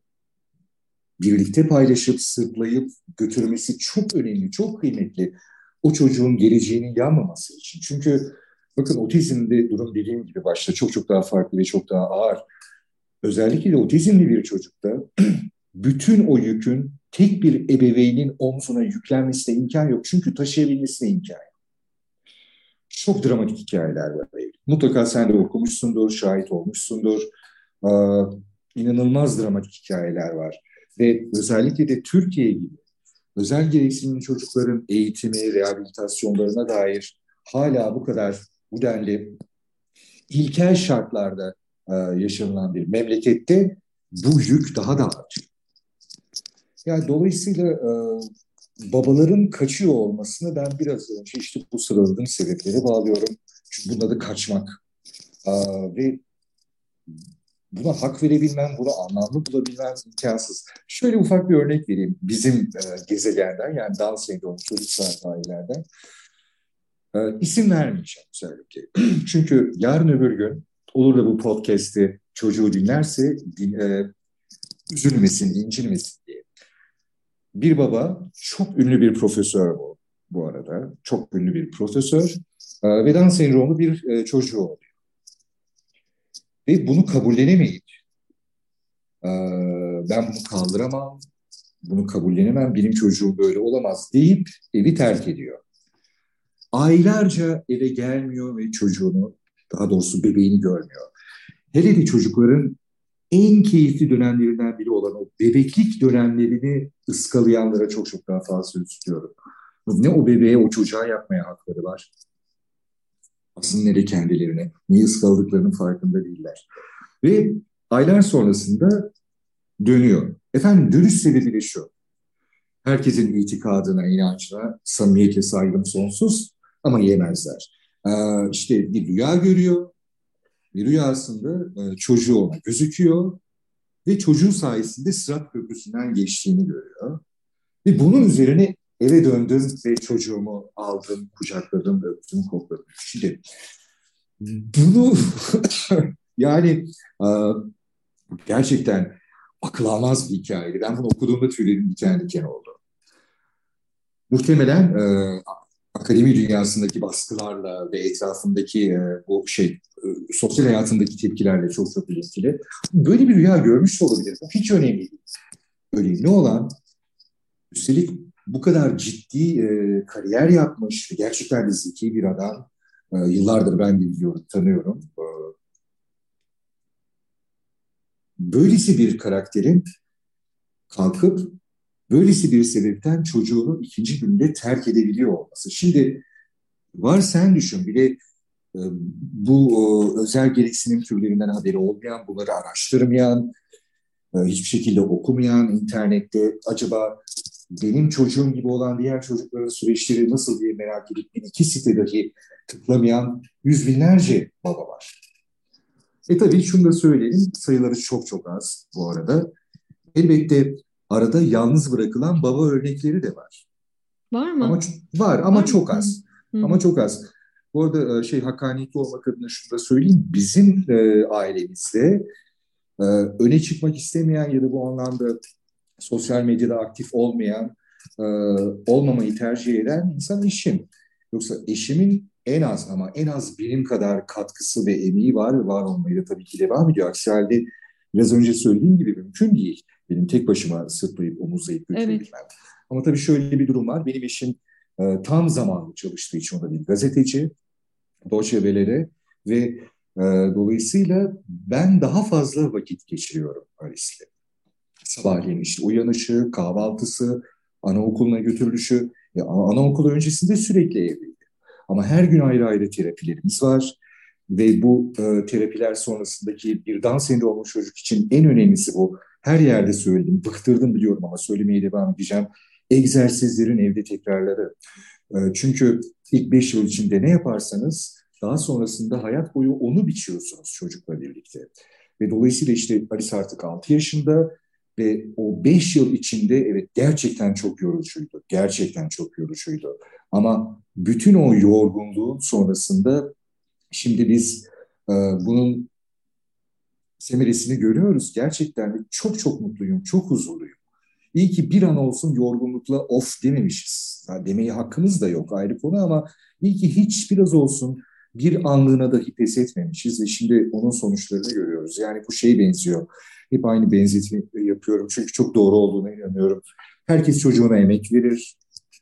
birlikte paylaşıp, sırtlayıp götürmesi çok önemli, çok kıymetli. O çocuğun geleceğinin yanmaması için. Çünkü bakın otizmde durum dediğim gibi başta çok çok daha farklı ve çok daha ağır. Özellikle de otizmli bir çocukta bütün o yükün tek bir ebeveynin omzuna yüklenmesine imkan yok. Çünkü taşıyabilmesine imkan yok. Çok dramatik hikayeler var. Mutlaka sen de okumuşsundur, şahit olmuşsundur. Ee, inanılmaz dramatik hikayeler var. Ve özellikle de Türkiye gibi özel gereksinimli çocukların eğitimi, rehabilitasyonlarına dair hala bu kadar bu denli ilkel şartlarda e, yaşanılan bir memlekette bu yük daha da artıyor. Yani dolayısıyla e, babaların kaçıyor olmasını ben biraz önce işte bu sıraladığım sebeplere bağlıyorum. Çünkü bunun adı kaçmak. E, ve buna hak verebilmem, buna anlamlı bulabilmem imkansız. Şöyle ufak bir örnek vereyim bizim e, gezegenden yani Down sendromu çocuk sahibi ailelerden. E, isim vermeyeceğim özellikle. Çünkü yarın öbür gün olur da bu podcast'i çocuğu dinlerse din, e, üzülmesin, incinmesin diye. Bir baba, çok ünlü bir profesör bu, bu arada. Çok ünlü bir profesör. E, ve Down sendromlu bir e, çocuğu oluyor. Ve bunu kabullenemeyip, e, ben bunu kaldıramam, bunu kabullenemem, benim çocuğum böyle olamaz deyip evi terk ediyor. Aylarca eve gelmiyor ve çocuğunu, daha doğrusu bebeğini görmüyor. Hele de çocukların en keyifli dönemlerinden biri olan o bebeklik dönemlerini ıskalayanlara çok çok daha fazla üzülüyorum. Ne o bebeğe, o çocuğa yapmaya hakları var. Aslında ne de kendilerine, niye ıskaladıklarının farkında değiller. Ve aylar sonrasında dönüyor. Efendim dönüş sebebi de şu. Herkesin itikadına, inancına, samimiyete saygım sonsuz. ama yemezler. Ee, işte bir rüya görüyor. Bir rüyasında e, çocuğu ona gözüküyor ve çocuğu sayesinde Sırat Köprüsü'nden geçtiğini görüyor. Ve bunun üzerine eve döndüm ve çocuğumu aldım, kucakladım, öptüm, kokladım. Şimdi bunu yani e, gerçekten akıl almaz bir hikayeydi. Ben bunu okuduğumda tüylerim diken diken oldu. Muhtemelen e, akademi dünyasındaki baskılarla ve etrafındaki e, bu şey e, sosyal hayatındaki tepkilerle çok çok ilintili. Böyle bir rüya görmüş de olabilir. Bu hiç önemli değil. Önemli olan üstelik bu kadar ciddi e, kariyer yapmış ve gerçekten de zeki bir adam. E, yıllardır ben de biliyorum, tanıyorum. E, böylesi bir karakterin kalkıp böylesi bir sebepten çocuğunu ikinci günde terk edebiliyor olması. Şimdi var sen düşün bile e, bu e, özel gereksinim türlerinden haberi olmayan, bunları araştırmayan, e, hiçbir şekilde okumayan, internette acaba benim çocuğum gibi olan diğer çocukların süreçleri nasıl diye merak edip bir iki site dahi tıklamayan yüz binlerce baba var. E tabii şunu da söyleyelim, sayıları çok çok az bu arada. Elbette arada yalnız bırakılan baba örnekleri de var. Var Ama mı? var ama Var mı? çok az. Hı hı. Ama çok az. Bu arada e, şey hakkaniyetli olmak adına şunu da söyleyeyim. Bizim e, ailemizde e, öne çıkmak istemeyen ya da bu anlamda sosyal medyada aktif olmayan, e, olmamayı tercih eden insan eşim. Yoksa eşimin en az ama en az benim kadar katkısı ve emeği var ve var olmayı da tabii ki devam ediyor. Aksi halde biraz önce söylediğim gibi mümkün değil. Benim tek başıma sırtlayıp omuzlayıp götürebilmem. Evet. Ama tabii şöyle bir durum var. Benim eşim e, tam zamanlı çalıştığı için o da bir gazeteci. Deutsche Welle'de ve e, dolayısıyla ben daha fazla vakit geçiriyorum Paris'te. Sabahleyin işte uyanışı, kahvaltısı, anaokuluna götürülüşü. Ya, anaokulu öncesinde sürekli evdeydi. Ama her gün ayrı ayrı terapilerimiz var. Ve bu e, terapiler sonrasındaki bir Down sendromu çocuk için en önemlisi bu. Her yerde söyledim, bıktırdım biliyorum ama söylemeye devam edeceğim. Egzersizlerin evde tekrarları. E, çünkü ilk beş yıl içinde ne yaparsanız daha sonrasında hayat boyu onu biçiyorsunuz çocukla birlikte. Ve dolayısıyla işte Alice artık altı yaşında ve o beş yıl içinde evet gerçekten çok yorucuydu. Gerçekten çok yorucuydu. Ama bütün o yorgunluğun sonrasında şimdi biz e, bunun semeresini görüyoruz. Gerçekten çok çok mutluyum, çok huzurluyum. İyi ki bir an olsun yorgunlukla of dememişiz. Yani demeyi hakkımız da yok ayrı konu ama iyi ki hiç biraz olsun bir anlığına dahi pes etmemişiz ve şimdi onun sonuçlarını görüyoruz. Yani bu şey benziyor. Hep aynı benzetme yapıyorum çünkü çok doğru olduğuna inanıyorum. Herkes çocuğuna emek verir.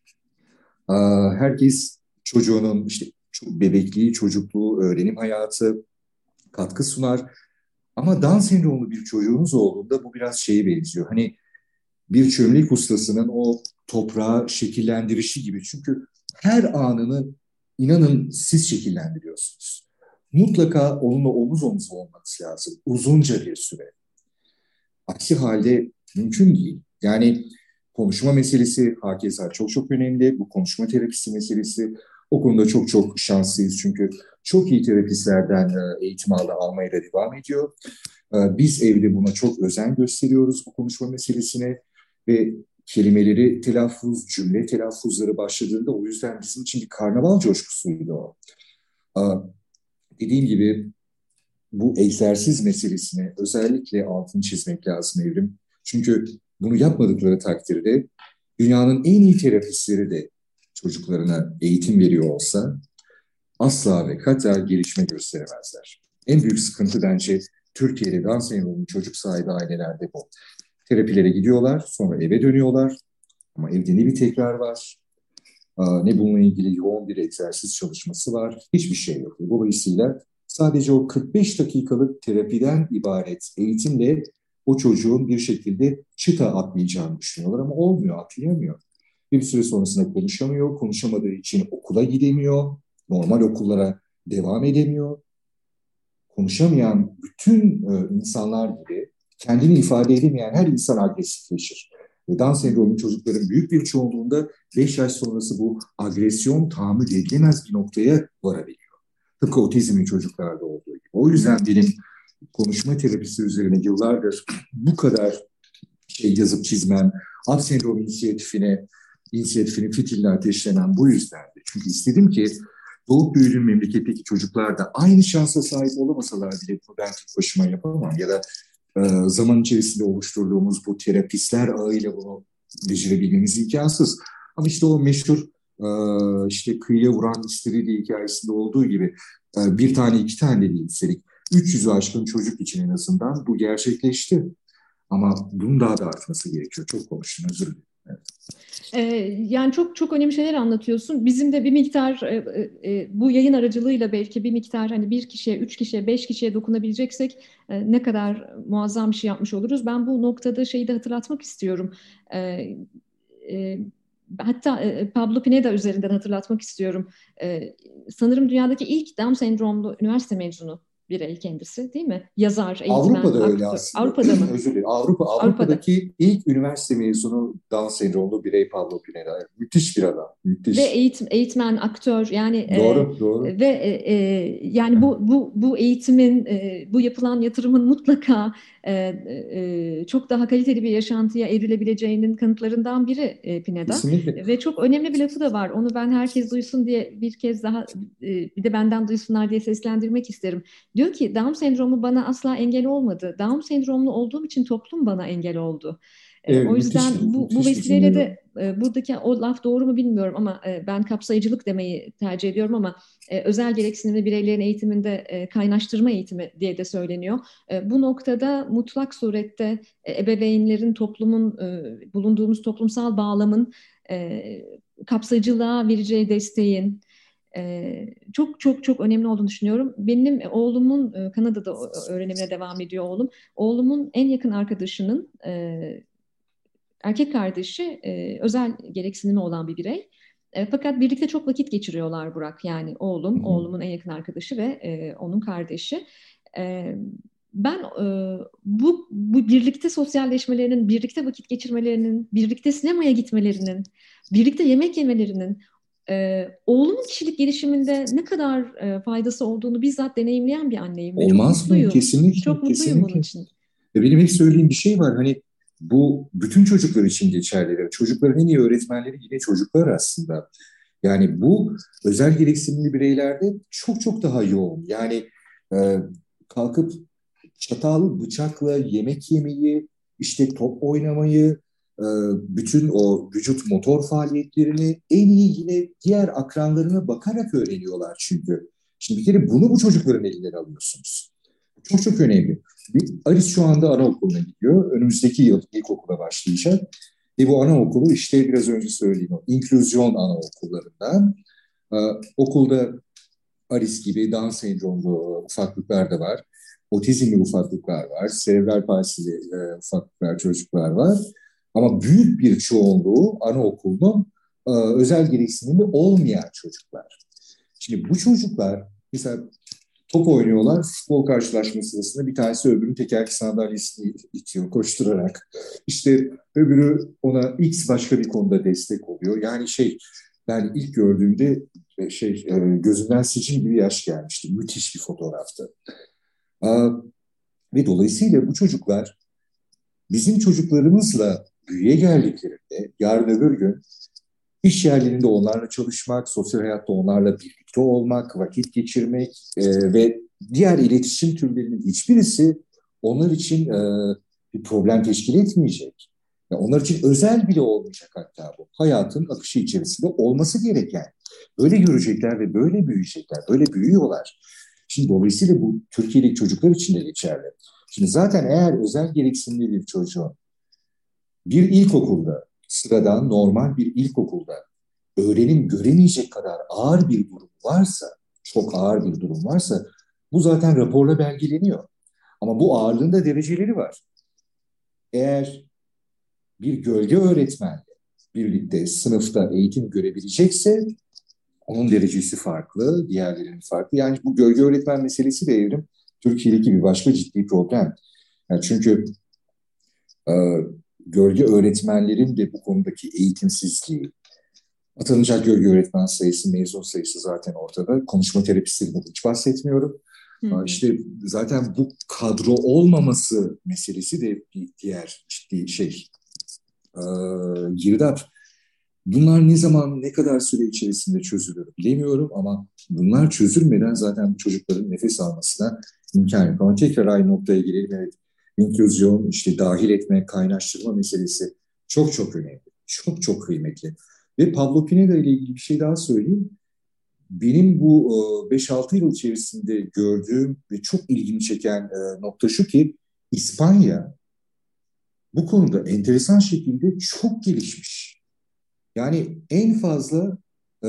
Herkes çocuğunun işte bebekliği, çocukluğu, öğrenim hayatı katkı sunar. Ama Down sendromlu bir çocuğunuz olduğunda bu biraz şeye benziyor. Hani bir çömlek ustasının o toprağı şekillendirişi gibi. Çünkü her anını inanın siz şekillendiriyorsunuz. Mutlaka onunla omuz omuz olmanız lazım. Uzunca bir süre. Aksi halde mümkün değil. Yani konuşma meselesi hakeza çok çok önemli. Bu konuşma terapisi meselesi o konuda çok çok şanslıyız. Çünkü çok iyi terapistlerden e, eğitim aldı, almaya da devam ediyor. E, Biz evde buna çok özen gösteriyoruz bu konuşma meselesine ve kelimeleri telaffuz, cümle telaffuzları başladığında o yüzden bizim için bir karnaval coşkusuydu o. E, Dediğim gibi bu egzersiz meselesine özellikle altını çizmek lazım Evrim. Çünkü bunu yapmadıkları takdirde dünyanın en iyi terapistleri de çocuklarına eğitim veriyor olsa asla ve kata gelişme gösteremezler. En büyük sıkıntı bence Türkiye'de Down sendromu çocuk sahibi ailelerde bu. Terapilere gidiyorlar, sonra eve dönüyorlar ama evde ne bir tekrar var, ne bununla ilgili yoğun bir egzersiz çalışması var, hiçbir şey yok. Dolayısıyla sadece o kırk beş dakikalık terapiden ibaret eğitimle o çocuğun bir şekilde çıta atlayacağını düşünüyorlar ama olmuyor, atlayamıyor. Bir süre sonrasında konuşamıyor, konuşamadığı için okula gidemiyor, normal okullara devam edemiyor. Konuşamayan bütün e, insanlar gibi kendini ifade edemeyen her insan agresifleşir. Ve Down sendromlu çocukların büyük bir çoğunluğunda beş yaş sonrası bu agresyon tahammül edilemez bir noktaya varabiliyor. Tıpkı otizmli çocuklarda olduğu gibi. O yüzden benim konuşma terapisi üzerine yıllardır bu kadar şey yazıp çizmem, Down sendromu inisiyatifine, inisiyatifini fitille ateşlemem bu yüzdendi. Çünkü istedim ki doğup büyüdüğüm memleketteki çocuklar da aynı şansa sahip olamasalar bile bunu ben tek başıma yapamam. Ya da e, zaman içerisinde oluşturduğumuz bu terapistler ağıyla bunu becerebilmemiz imkansız. Ama işte o meşhur e, işte kıyıya vuran istiridye hikayesinde olduğu gibi e, bir tane iki tane değil üstelik üç yüzü aşkın çocuk için en azından bu gerçekleşti. Ama bunun daha da artması gerekiyor. Çok konuştum, özür dilerim. Evet. Ee, Yani çok çok önemli şeyler anlatıyorsun. Bizim de bir miktar e, e, bu yayın aracılığıyla belki bir miktar hani bir kişiye, üç kişiye, beş kişiye dokunabileceksek e, ne kadar muazzam bir şey yapmış oluruz. Ben bu noktada şeyi de hatırlatmak istiyorum. E, e, Hatta e, Pablo Pineda üzerinden hatırlatmak istiyorum. E, sanırım dünyadaki ilk Down sendromlu üniversite mezunu birey kendisi, değil mi? Yazar, eğitmen, Avrupa'da öyle aktör. aslında. Avrupa'da mı? Özür dilerim. Avrupa, Avrupa'da. Avrupa'daki ilk üniversite mezunu Down sendromlu birey Pablo Pineda. Müthiş bir adam. Ve Müthiş. eğitim, eğitmen, aktör yani e, Doğru, doğru. ve e, e, yani bu bu bu eğitimin e, bu yapılan yatırımın mutlaka e, e, çok daha kaliteli bir yaşantıya evrilebileceğinin kanıtlarından biri e, Pineda. Kesinlikle. Ve çok önemli bir lafı da var. Onu ben herkes duysun diye bir kez daha e, bir de benden duysunlar diye seslendirmek isterim. Diyor ki Down sendromu bana asla engel olmadı. Down sendromlu olduğum için toplum bana engel oldu. E, Evet, o müthiş yüzden bir, bu, bu müthiş bir vesileyle cümle o. de e, buradaki o laf doğru mu bilmiyorum ama e, ben kapsayıcılık demeyi tercih ediyorum ama e, özel gereksinimli bireylerin eğitiminde e, kaynaştırma eğitimi diye de söyleniyor. E, bu noktada mutlak surette e, ebeveynlerin toplumun e, bulunduğumuz toplumsal bağlamın e, kapsayıcılığa vereceği desteğin e, çok çok çok önemli olduğunu düşünüyorum. Benim oğlumun e, Kanada'da öğrenimine devam ediyor oğlum. Oğlumun en yakın arkadaşının e, erkek kardeşi e, özel gereksinimi olan bir birey. E, fakat birlikte çok vakit geçiriyorlar Burak. Yani Hı oğlum, hı. oğlumun en yakın arkadaşı ve e, onun kardeşi. E, Ben e, bu, bu birlikte sosyalleşmelerinin, birlikte vakit geçirmelerinin, birlikte sinemaya gitmelerinin, birlikte yemek yemelerinin e, oğlumun kişilik gelişiminde ne kadar e, faydası olduğunu bizzat deneyimleyen bir anneyim ve çok Olmaz mı? mutluyum. Kesinlikle, Çok mutluyum bunun kesinlikle. için. Ve benim hep söylediğim bir şey var. Hani bu bütün çocuklar için geçerli. Çocukların en iyi öğretmenleri yine çocuklar aslında. Yani bu özel gereksinimli bireylerde çok çok daha yoğun. Yani e, kalkıp çatal, bıçakla yemek yemeyi, işte top oynamayı, e, bütün o vücut motor faaliyetlerini en iyi yine diğer akranlarına bakarak öğreniyorlar çünkü. Şimdi bir kere bunu bu çocukların elinden alıyorsunuz. Çok çok önemli. Bir, Aris şu anda anaokuluna gidiyor. Önümüzdeki yıl ilkokula başlayacak. E bu anaokulu işte biraz önce söylediğim o inklüzyon anaokullarından. Ee, okulda Aris gibi Down sendromlu ufaklıklar da var. Otizmli ufaklıklar var. Serebral palsili e, ufaklıklar, çocuklar var. Ama büyük bir çoğunluğu anaokulunun e, özel gereksinimli olmayan çocuklar. Şimdi bu çocuklar mesela top oynuyorlar. Futbol karşılaşması sırasında bir tanesi öbürünün tekerlekli sandalyesini itiyor koşturarak. İşte öbürü ona X başka bir konuda destek oluyor. Yani şey ben ilk gördüğümde e, şey e, gözümden sicim gibi yaş gelmişti. Müthiş bir fotoğraftı. Aa, ve dolayısıyla bu çocuklar bizim çocuklarımızla büyüye geldiklerinde yarın öbür gün İş yerlerinde onlarla çalışmak, sosyal hayatta onlarla birlikte olmak, vakit geçirmek e, ve diğer iletişim türlerinin hiçbirisi onlar için e, bir problem teşkil etmeyecek. Ya onlar için özel bile olmayacak hatta bu. Hayatın akışı içerisinde olması gereken. Böyle görecekler ve böyle büyüyecekler, böyle büyüyorlar. Şimdi dolayısıyla bu Türkiye'deki çocuklar için de geçerli. Şimdi zaten eğer özel gereksinimli bir çocuğun bir ilkokulda, sıradan normal bir ilkokulda öğrenim göremeyecek kadar ağır bir durum varsa, çok ağır bir durum varsa bu zaten raporla belgeleniyor. Ama bu ağırlığın da dereceleri var. Eğer bir gölge öğretmenle birlikte sınıfta eğitim görebilecekse onun derecesi farklı, diğerlerinin farklı. Yani bu gölge öğretmen meselesi de Evrim Türkiye'deki bir başka ciddi problem. Yani çünkü e, gölge öğretmenlerin de bu konudaki eğitimsizliği, atanacak gölge öğretmen sayısı, mezun sayısı zaten ortada. Konuşma terapistleri hiç bahsetmiyorum. Hı hı. İşte zaten bu kadro olmaması meselesi de bir diğer ciddi şey, e, girdap. Bunlar ne zaman, ne kadar süre içerisinde çözülür bilemiyorum ama bunlar çözülmeden zaten bu çocukların nefes almasına imkan yok. Ama tekrar aynı noktaya gelelim. Evet, inklüzyon, işte dahil etme, kaynaştırma meselesi çok çok önemli. Çok çok kıymetli. Ve Pablo Pineda ile ilgili bir şey daha söyleyeyim. Benim bu e, beş altı yıl içerisinde gördüğüm ve çok ilgimi çeken e, nokta şu ki İspanya bu konuda enteresan şekilde çok gelişmiş. Yani en fazla e,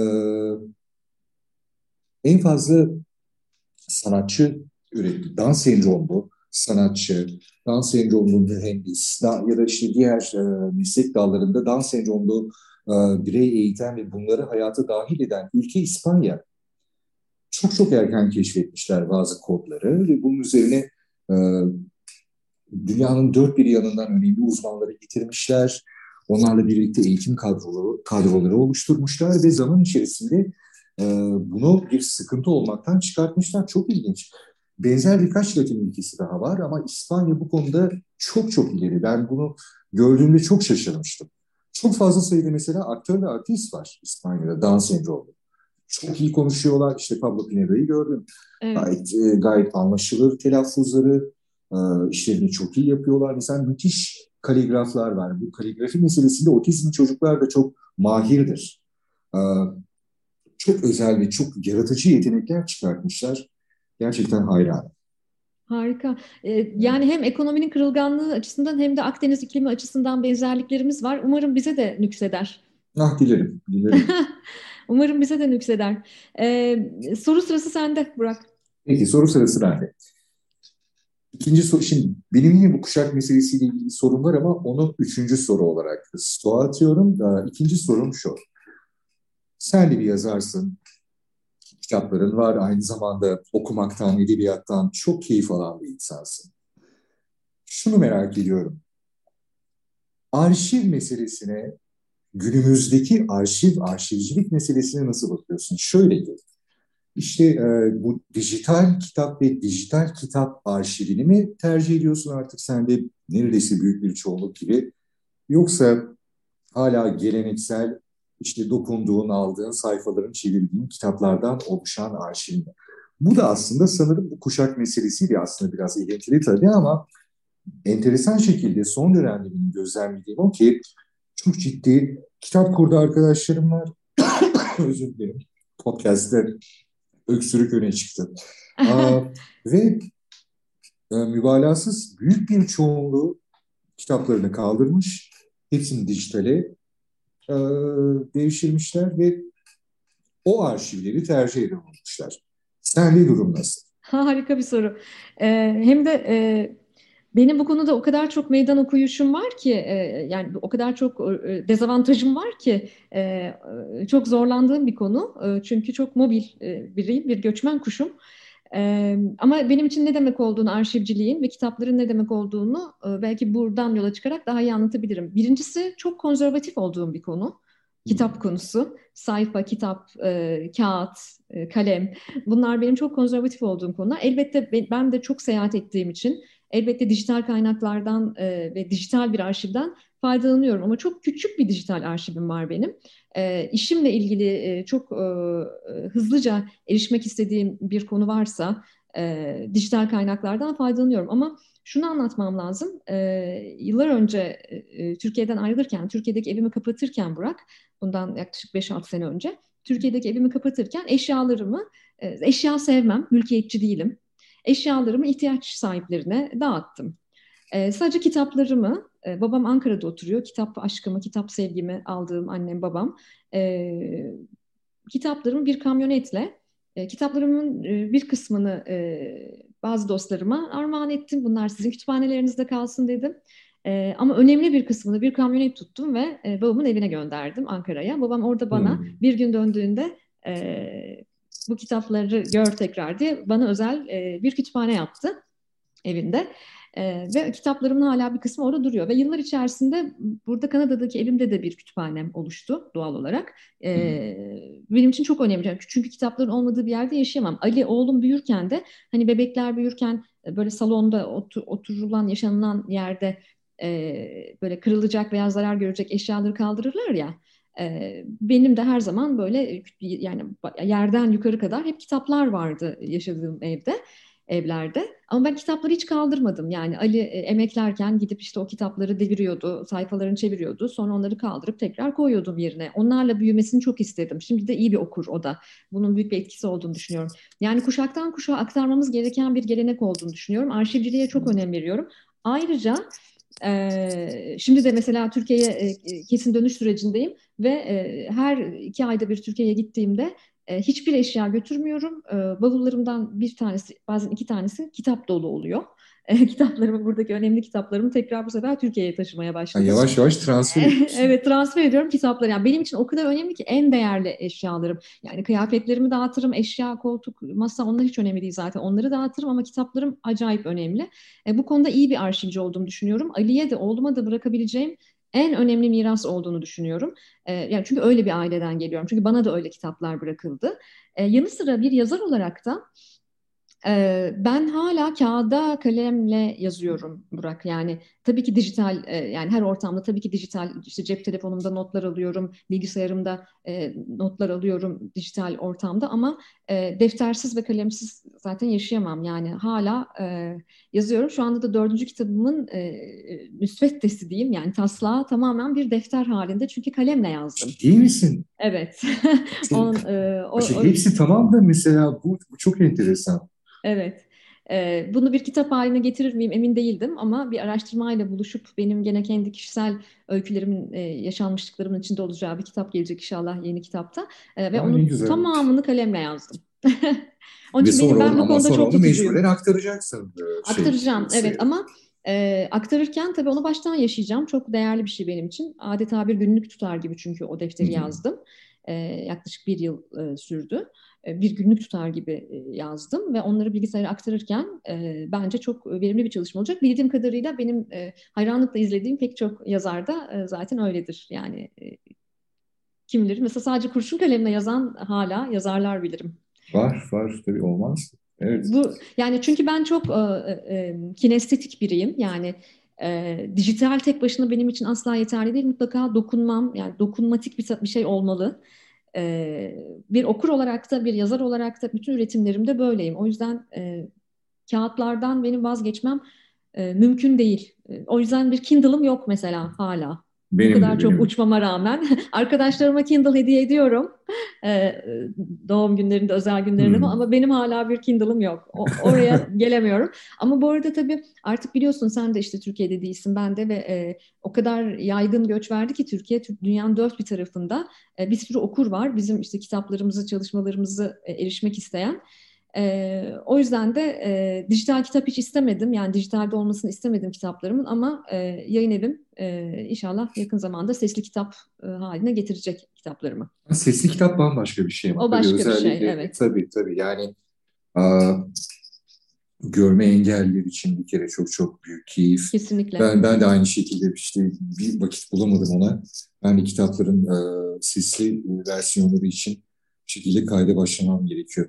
en fazla sanatçı üretti. Down sendromlu sanatçı, Down sendromlu mühendis da, ya da işte diğer e, meslek dallarında Down sendromlu e, birey eğiten ve bunları hayata dahil eden ülke İspanya. Çok çok erken keşfetmişler bazı kodları ve bunun üzerine e, dünyanın dört bir yanından önemli uzmanları getirmişler. Onlarla birlikte eğitim kadroları, kadroları oluşturmuşlar ve zaman içerisinde e, bunu bir sıkıntı olmaktan çıkartmışlar. Çok ilginç. Benzer birkaç Latin ülkesi daha var ama İspanya bu konuda çok çok ileri. Ben bunu gördüğümde çok şaşırmıştım. Çok fazla sayıda mesela aktör ve artist var İspanya'da Down sendromu. Çok iyi konuşuyorlar. İşte Pablo Pineda'yı gördüm. Evet. Gayet, e, gayet anlaşılır telaffuzları, e, işlerini çok iyi yapıyorlar. Mesela müthiş kaligraflar var. Bu kaligrafi meselesinde otizmli çocuklar da çok mahirdir. E, Çok özel ve çok yaratıcı yetenekler çıkartmışlar. Gerçekten hayranım. Harika. Ee, yani hem ekonominin kırılganlığı açısından hem de Akdeniz iklimi açısından benzerliklerimiz var. Umarım bize de nükseder. Ah dilerim, dilerim. Umarım bize de nükseder. Ee, soru sırası sende Burak. Peki soru sırası bende. İkinci soru, şimdi benim yine bu kuşak meselesiyle ilgili sorum var ama onu üçüncü soru olarak stoğa atıyorum. Ee, İkinci sorum şu. Sen de bir yazarsın, kitapların var, aynı zamanda okumaktan, edebiyattan çok keyif alan bir insansın. Şunu merak ediyorum. Arşiv meselesine, günümüzdeki arşiv, arşivcilik meselesine nasıl bakıyorsun? Şöyle ki, işte e, bu dijital kitap ve dijital kitap arşivini mi tercih ediyorsun artık sen de neredeyse büyük bir çoğunluk gibi? Yoksa hala geleneksel işte dokunduğun, aldığın sayfaların çevirdiğin kitaplardan oluşan arşiv mi? Bu da aslında sanırım bu kuşak meselesiyle aslında biraz ilintili tabii ama enteresan şekilde son dönemde benim gözlemlediğim o ki çok ciddi kitap kurdu arkadaşlarım var. Özür dilerim. Podcast'te öksürük öne çıktı. Aa, ve e, mübalağasız büyük bir çoğunluğu kitaplarını kaldırmış. Hepsini dijitale e, devşirmişler ve o arşivleri tercih ediyormuşlar. Sende durum nasıl? Harika bir soru. Ee, hem de e, benim bu konuda o kadar çok meydan okuyuşum var ki, e, yani o kadar çok e, dezavantajım var ki, e, e, çok zorlandığım bir konu. E, çünkü çok mobil e, biriyim, bir göçmen kuşum. E, ama benim için ne demek olduğunu, arşivciliğin ve kitapların ne demek olduğunu e, belki buradan yola çıkarak daha iyi anlatabilirim. Birincisi çok konservatif olduğum bir konu. Kitap Hmm. konusu, sayfa, kitap, e, kağıt, e, kalem. Bunlar benim çok konservatif olduğum konular. Elbette ben de çok seyahat ettiğim için elbette dijital kaynaklardan e, ve dijital bir arşivden faydalanıyorum. Ama çok küçük bir dijital arşivim var benim. E, işimle ilgili e, çok e, hızlıca erişmek istediğim bir konu varsa e, dijital kaynaklardan faydalanıyorum. Ama şunu anlatmam lazım. E, yıllar önce e, Türkiye'den ayrılırken, Türkiye'deki evimi kapatırken Burak, bundan yaklaşık beş altı sene önce, Türkiye'deki evimi kapatırken eşyalarımı, e, eşya sevmem, mülkiyetçi değilim. Eşyalarımı ihtiyaç sahiplerine dağıttım. E, sadece kitaplarımı, e, babam Ankara'da oturuyor, kitap aşkımı, kitap sevgimi aldığım annem babam, e, kitaplarımı bir kamyonetle, e, kitaplarımın e, bir kısmını e, bazı dostlarıma armağan ettim. Bunlar sizin kütüphanelerinizde kalsın dedim. E, ama önemli bir kısmını bir kamyonet tuttum ve e, babamın evine gönderdim Ankara'ya. Babam orada bana Hmm. bir gün döndüğünde e, bu kitapları gör tekrar diye bana özel e, bir kütüphane yaptı evinde. E, ve kitaplarımın hala bir kısmı orada duruyor. Ve yıllar içerisinde burada Kanada'daki evimde de bir kütüphanem oluştu doğal olarak. E, Hı hı. benim için çok önemli. Çünkü kitapların olmadığı bir yerde yaşayamam. Ali oğlum büyürken de hani bebekler büyürken e, böyle salonda otur, oturulan, yaşanılan yerde e, böyle kırılacak veya zarar görecek eşyaları kaldırırlar ya. E, benim de her zaman böyle yani yerden yukarı kadar hep kitaplar vardı yaşadığım evde, evlerde. Ama ben kitapları hiç kaldırmadım. Yani Ali e, emeklerken gidip işte o kitapları deviriyordu, sayfalarını çeviriyordu. Sonra onları kaldırıp tekrar koyuyordum yerine. Onlarla büyümesini çok istedim. Şimdi de iyi bir okur o da. Bunun büyük bir etkisi olduğunu düşünüyorum. Yani kuşaktan kuşağa aktarmamız gereken bir gelenek olduğunu düşünüyorum. Arşivciliğe çok önem veriyorum. Ayrıca e, şimdi de mesela Türkiye'ye e, kesin dönüş sürecindeyim ve e, her iki ayda bir Türkiye'ye gittiğimde e, hiçbir eşya götürmüyorum. E, bavullarımdan bir tanesi, bazen iki tanesi kitap dolu oluyor. E, kitaplarımı, buradaki önemli kitaplarımı tekrar bu sefer Türkiye'ye taşımaya Ha, başladım. yavaş yavaş transfer ediyorsun. Evet, transfer ediyorum kitapları. Yani benim için o kadar önemli ki en değerli eşyalarım. Yani kıyafetlerimi dağıtırım, eşya, koltuk, masa onlar hiç önemli değil zaten. Onları dağıtırım ama kitaplarım acayip önemli. E, bu konuda iyi bir arşivci olduğumu düşünüyorum. Ali'ye de oğluma da bırakabileceğim en önemli miras olduğunu düşünüyorum. E, yani çünkü öyle bir aileden geliyorum. Çünkü bana da öyle kitaplar bırakıldı. E, yanı sıra bir yazar olarak da ee, ben hala kağıda kalemle yazıyorum Burak. Yani tabii ki dijital, e, yani her ortamda tabii ki dijital, işte cep telefonumda notlar alıyorum, bilgisayarımda e, notlar alıyorum dijital ortamda ama e, deftersiz ve kalemsiz zaten yaşayamam. Yani hala e, yazıyorum. Şu anda da dördüncü kitabımın e, müsveddesi diyeyim, yani taslağı tamamen bir defter halinde çünkü kalemle yazdım. Ciddi misin? Evet. Çok, On, e, o, şey, o hepsi tamam da mesela bu, bu çok enteresan. Evet. Ee, bunu bir kitap haline getirir miyim emin değildim ama bir araştırmayla buluşup benim gene kendi kişisel öykülerimin, e, yaşanmışlıklarımın içinde olacağı bir kitap gelecek inşallah, yeni kitapta. Ee, ve Aa, ne onun güzel. tamamını kalemle yazdım. Onun Ve için benim sonra ben onu, bu ama konuda sonra çok onu tutucuyum. mecburen aktaracaksın e, şey Aktaracağım, evet, bilgisayara. ama e, aktarırken tabii onu baştan yaşayacağım. Çok değerli bir şey benim için. Adeta bir günlük tutar gibi çünkü o Hı defteri hı. yazdım. E, yaklaşık bir yıl e, sürdü. E, bir günlük tutar gibi e, yazdım ve onları bilgisayara aktarırken e, bence çok verimli bir çalışma olacak. Bildiğim kadarıyla benim e, hayranlıkla izlediğim pek çok yazar da e, zaten öyledir. Yani e, kimileri mesela sadece kurşun kalemle yazan hala yazarlar bilirim. Var var tabii, olmaz. Evet. Bu yani çünkü ben çok e, e, kinestetik biriyim. Yani e, dijital tek başına benim için asla yeterli değil. Mutlaka dokunmam, yani dokunmatik bir, bir şey olmalı. E, bir okur olarak da bir yazar olarak da bütün üretimlerimde böyleyim. O yüzden e, kağıtlardan benim vazgeçmem e, mümkün değil. E, o yüzden bir Kindle'ım yok mesela hala. Bu Benim kadar de çok benim de. uçmama rağmen arkadaşlarıma Kindle hediye ediyorum. E, doğum günlerinde, özel günlerinde falan, Hmm. ama benim hala bir Kindle'ım yok. O- oraya gelemiyorum. Ama bu arada tabii artık biliyorsun, sen de işte Türkiye'de değilsin, ben de, ve e, o kadar yaygın göç verdi ki Türkiye, Tür- dünyanın dört bir tarafında e, bir sürü okur var. Bizim işte kitaplarımızı, çalışmalarımızı e, erişmek isteyen. Ee, o yüzden de e, dijital kitap hiç istemedim. Yani dijitalde olmasını istemedim kitaplarımın, ama e, yayın evim e, inşallah yakın zamanda sesli kitap e, haline getirecek kitaplarımı. Sesli kitap bambaşka bir şey ama O tabii başka bir şey, özellikle e, evet. tabii tabii yani aa, görme engelliler için bir kere çok çok büyük keyif. Kesinlikle. Ben ben de aynı şekilde işte bir vakit bulamadım ona. Ben de kitapların e, sesli versiyonları için bir şekilde kayda başlamam gerekiyor.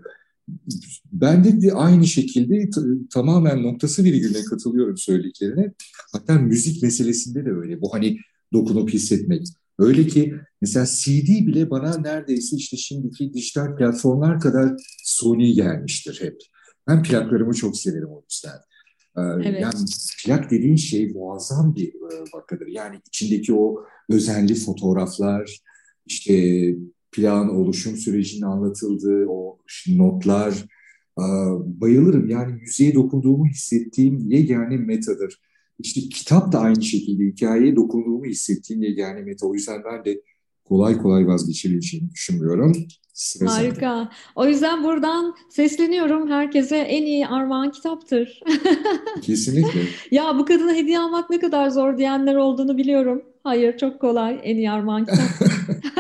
Ben de, de aynı şekilde t- tamamen noktası virgülüne katılıyorum söylediklerine. Hatta müzik meselesinde de öyle. Bu hani dokunup hissetmek. Öyle ki mesela C D bile bana neredeyse işte şimdiki dijital platformlar kadar suni gelmiştir hep. Ben plaklarımı çok severim o yüzden. Ee, Evet. yani plak dediğin şey muazzam bir e, vakadır. Yani içindeki o özenli fotoğraflar, işte plan oluşum sürecinin anlatıldığı o notlar, e, bayılırım. Yani müziğe dokunduğumu hissettiğim yegane metadır. İşte kitap da aynı şekilde hikayeye dokunduğumu hissettiğim yegane meta. O yüzden ben de kolay kolay vazgeçebileceğini düşünmüyorum. Sıra sende. Harika. O yüzden buradan sesleniyorum herkese, en iyi armağan kitaptır. Kesinlikle. Ya bu kadına hediye almak ne kadar zor diyenler olduğunu biliyorum. Hayır, çok kolay. En iyi armağan kitaptır.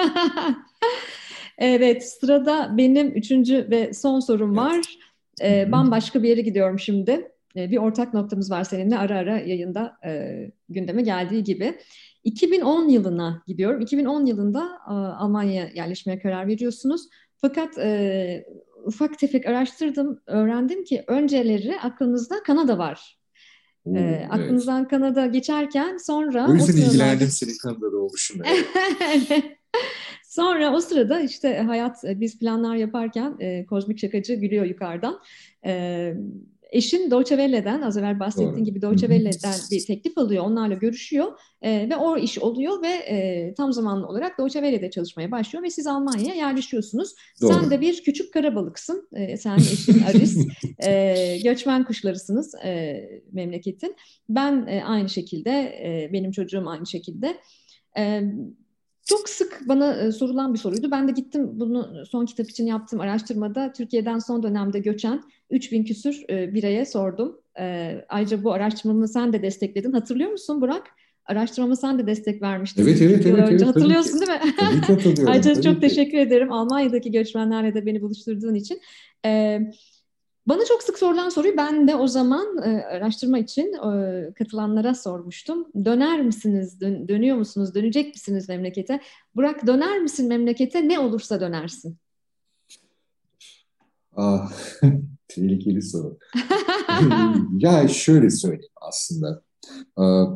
Evet, sırada benim üçüncü ve son sorum Evet. var. Hı Ee, hı. bambaşka bir yere gidiyorum şimdi. e, bir ortak noktamız var seninle ara ara yayında e, gündeme geldiği gibi. iki bin on yılına gidiyorum. iki bin on yılında e, Almanya'ya yerleşmeye karar veriyorsunuz. Fakat e, ufak tefek araştırdım, öğrendim ki önceleri aklınızda Kanada var. E, Oo, evet. aklınızdan Kanada geçerken O sonra o yüzden sıralarda ilgilendim senin Kanada'da olmuşum. Evet. sonra o sırada işte hayat e, biz planlar yaparken e, kozmik şakacı gülüyor yukarıdan. E, eşin Deutsche Welle'den az evvel bahsettiğin Doğru. gibi Hı Deutsche hı. Welle'den bir teklif alıyor. Onlarla görüşüyor e, ve o iş oluyor ve e, tam zamanlı olarak Deutsche Welle'de çalışmaya başlıyor ve siz Almanya'ya yerleşiyorsunuz. Sen de Doğru. bir küçük karabalıksın. E, sen eşin Aris. E, göçmen kuşlarısınız e, memleketin. Ben e, aynı şekilde, e, benim çocuğum aynı şekilde. E, Çok sık bana e, sorulan bir soruydu. Ben de gittim bunu son kitap için yaptığım araştırmada Türkiye'den son dönemde göçen üç bin küsür e, bireye sordum. E, ayrıca bu araştırmamı sen de destekledin. Hatırlıyor musun Burak? Araştırmama sen de destek vermiştin bir Evet, iki evet, yıl evet, önce. evet, tabii ki. Hatırlıyorsun değil mi? Tabii ki hatırlıyorum, Ayrıca tabii çok ki. teşekkür ederim. Almanya'daki göçmenlerle de beni buluşturduğun için. E, Bana çok sık sorulan soruyu ben de o zaman e, araştırma için e, katılanlara sormuştum. Döner misiniz, dön- dönüyor musunuz, dönecek misiniz memlekete? Burak döner misin memlekete? Ne olursa dönersin. Ah, tehlikeli soru. Ya şöyle söyleyeyim aslında. Aa,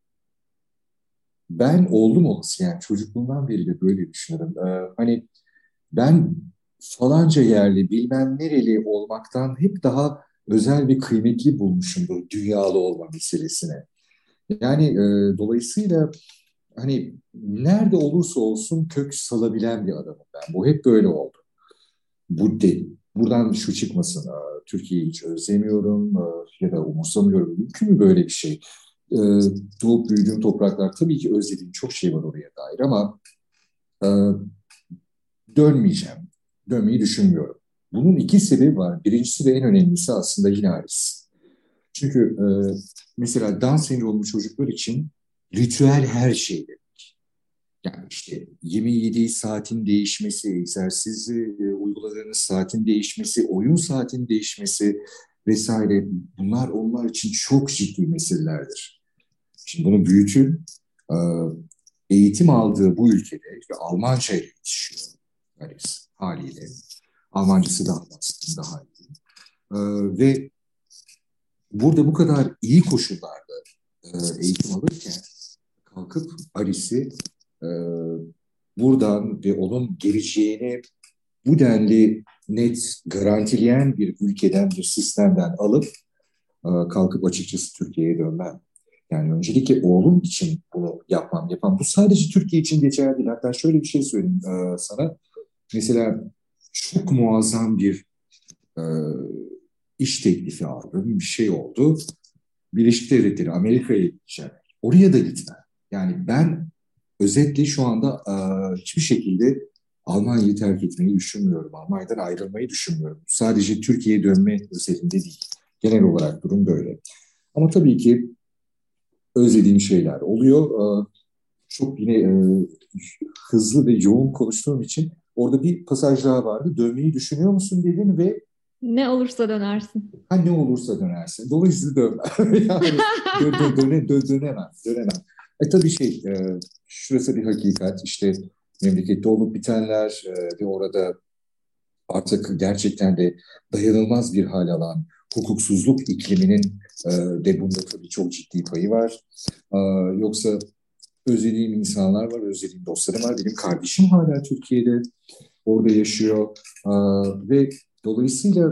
Ben oldum olası yani çocukluğumdan beri de böyle düşünürüm. Ee, hani ben falanca yerli bilmem nereli olmaktan hep daha özel ve kıymetli bulmuşumdur dünyalı olma meselesine. Yani e, dolayısıyla hani nerede olursa olsun kök salabilen bir adamım ben. Bu hep böyle oldu. Bu değil. Buradan şu çıkmasın. Aa, Türkiye'yi hiç özlemiyorum aa, ya da umursamıyorum. Mümkün mü böyle bir şey? Ee, Doğup büyüdüğüm topraklar tabii ki özlediğim çok şey var oraya dair ama e, dönmeyeceğim. Dönmeyi düşünmüyorum. Bunun iki sebebi var. Birincisi ve en önemlisi aslında yine Aris. Çünkü e, mesela Down sendromlu çocuklar için ritüel her şeydi. Yani işte yeme yediği saatin değişmesi, egzersizi e, uyguladığınız saatin değişmesi, oyun saatin değişmesi vesaire bunlar onlar için çok ciddi meselelerdir. Şimdi bunu büyütün, e, eğitim aldığı bu ülkede işte Almanca ile yetişiyor yani haliyle. Almancası daha baskın, daha iyi. E, ve burada bu kadar iyi koşullarda e, eğitim alırken kalkıp Aris'i e, buradan ve onun geleceğini bu denli net garantileyen bir ülkeden, bir sistemden alıp e, kalkıp açıkçası Türkiye'ye dönmem. Yani öncelikle oğlum için bunu yapmam, yapmam. Bu sadece Türkiye için geçerli değil. Hatta şöyle bir şey söyleyeyim e, sana. Mesela çok muazzam bir e, iş teklifi aldım. Bir şey oldu. Birleşik Devletleri, Amerika'ya gideceğim. Oraya da gitmem. Yani ben özetle şu anda e, hiçbir şekilde Almanya'yı terk etmeyi düşünmüyorum. Almanya'dan ayrılmayı düşünmüyorum. Sadece Türkiye'ye dönme özelinde değil. Genel olarak durum böyle. Ama tabii ki özlediğim şeyler oluyor. E, çok yine e, hızlı ve yoğun konuştuğum için orada bir pasaj daha vardı. Dönmeyi düşünüyor musun dedin ve Ne olursa dönersin. ha ne olursa dönersin. Dolayısıyla dönmem. Yani dö, dö, döne, dö, dönemem. Dönemem. E tabii şey, e, şurası bir hakikat. İşte memlekette olup bitenler e, ve orada artık gerçekten de dayanılmaz bir hal alan hukuksuzluk ikliminin e, de bunda tabii çok ciddi payı var. E, yoksa özlediğim insanlar var, özlediğim dostlarım var. Benim kardeşim hala Türkiye'de, orada yaşıyor. E, ve dolayısıyla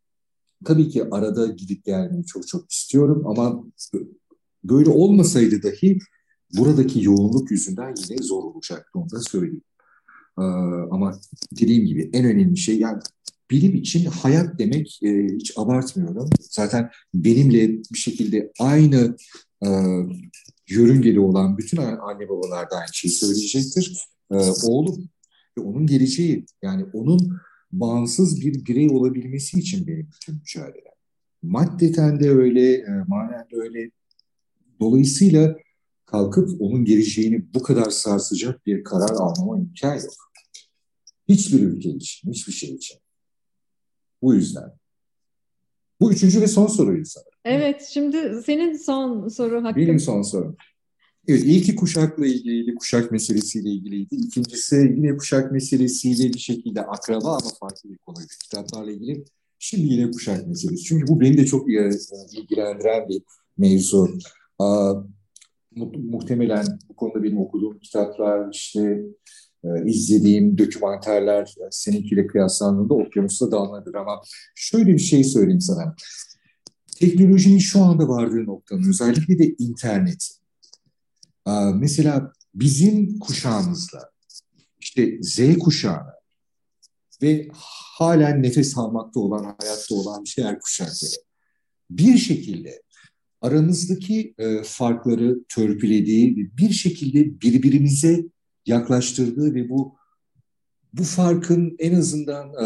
tabii ki arada gidip gelmeyi çok çok istiyorum ama böyle olmasaydı dahi buradaki yoğunluk yüzünden yine zor olacaktı, onu da söyleyeyim. Ee, ama dediğim gibi en önemli şey yani benim için hayat demek e, hiç abartmıyorum. Zaten benimle bir şekilde aynı e, yörüngede olan bütün anne babalar da aynı şeyi söyleyecektir. Ee, oğlum ve onun geleceği yani onun bağımsız bir birey olabilmesi için benim bütün mücadelem. Maddeten de öyle, e, manen de öyle. Dolayısıyla kalkıp onun geleceğini bu kadar sarsacak bir karar almama imkan yok. Hiçbir ülke için, hiçbir şey için. Bu yüzden. Bu üçüncü ve son soruydu sanırım. Evet, şimdi senin son soru Benim hakkın. son sorum. Evet, ilki kuşakla ilgiliydi, kuşak meselesiyle ilgiliydi. İkincisi yine kuşak meselesiyle bir şekilde akraba ama farklı bir konuydu. Kitaplarla ilgili. Şimdi yine kuşak meselesi. Çünkü bu beni de çok e, ilgilendiren bir mevzu. Aa, mu- muhtemelen bu konuda benim okuduğum kitaplar, işte e, izlediğim dokümenterler e, seninkiyle kıyaslandığında okyanusta dalmadır. Ama şöyle bir şey söyleyeyim sana. Teknolojinin şu anda vardığı noktanın, özellikle de internet. Aa, mesela bizim kuşağımızla, işte Z kuşağına ve halen nefes almakta olan, hayatta olan diğer kuşakları bir şekilde aramızdaki e, farkları törpülediği, bir şekilde birbirimize yaklaştırdığı ve bu bu farkın en azından e,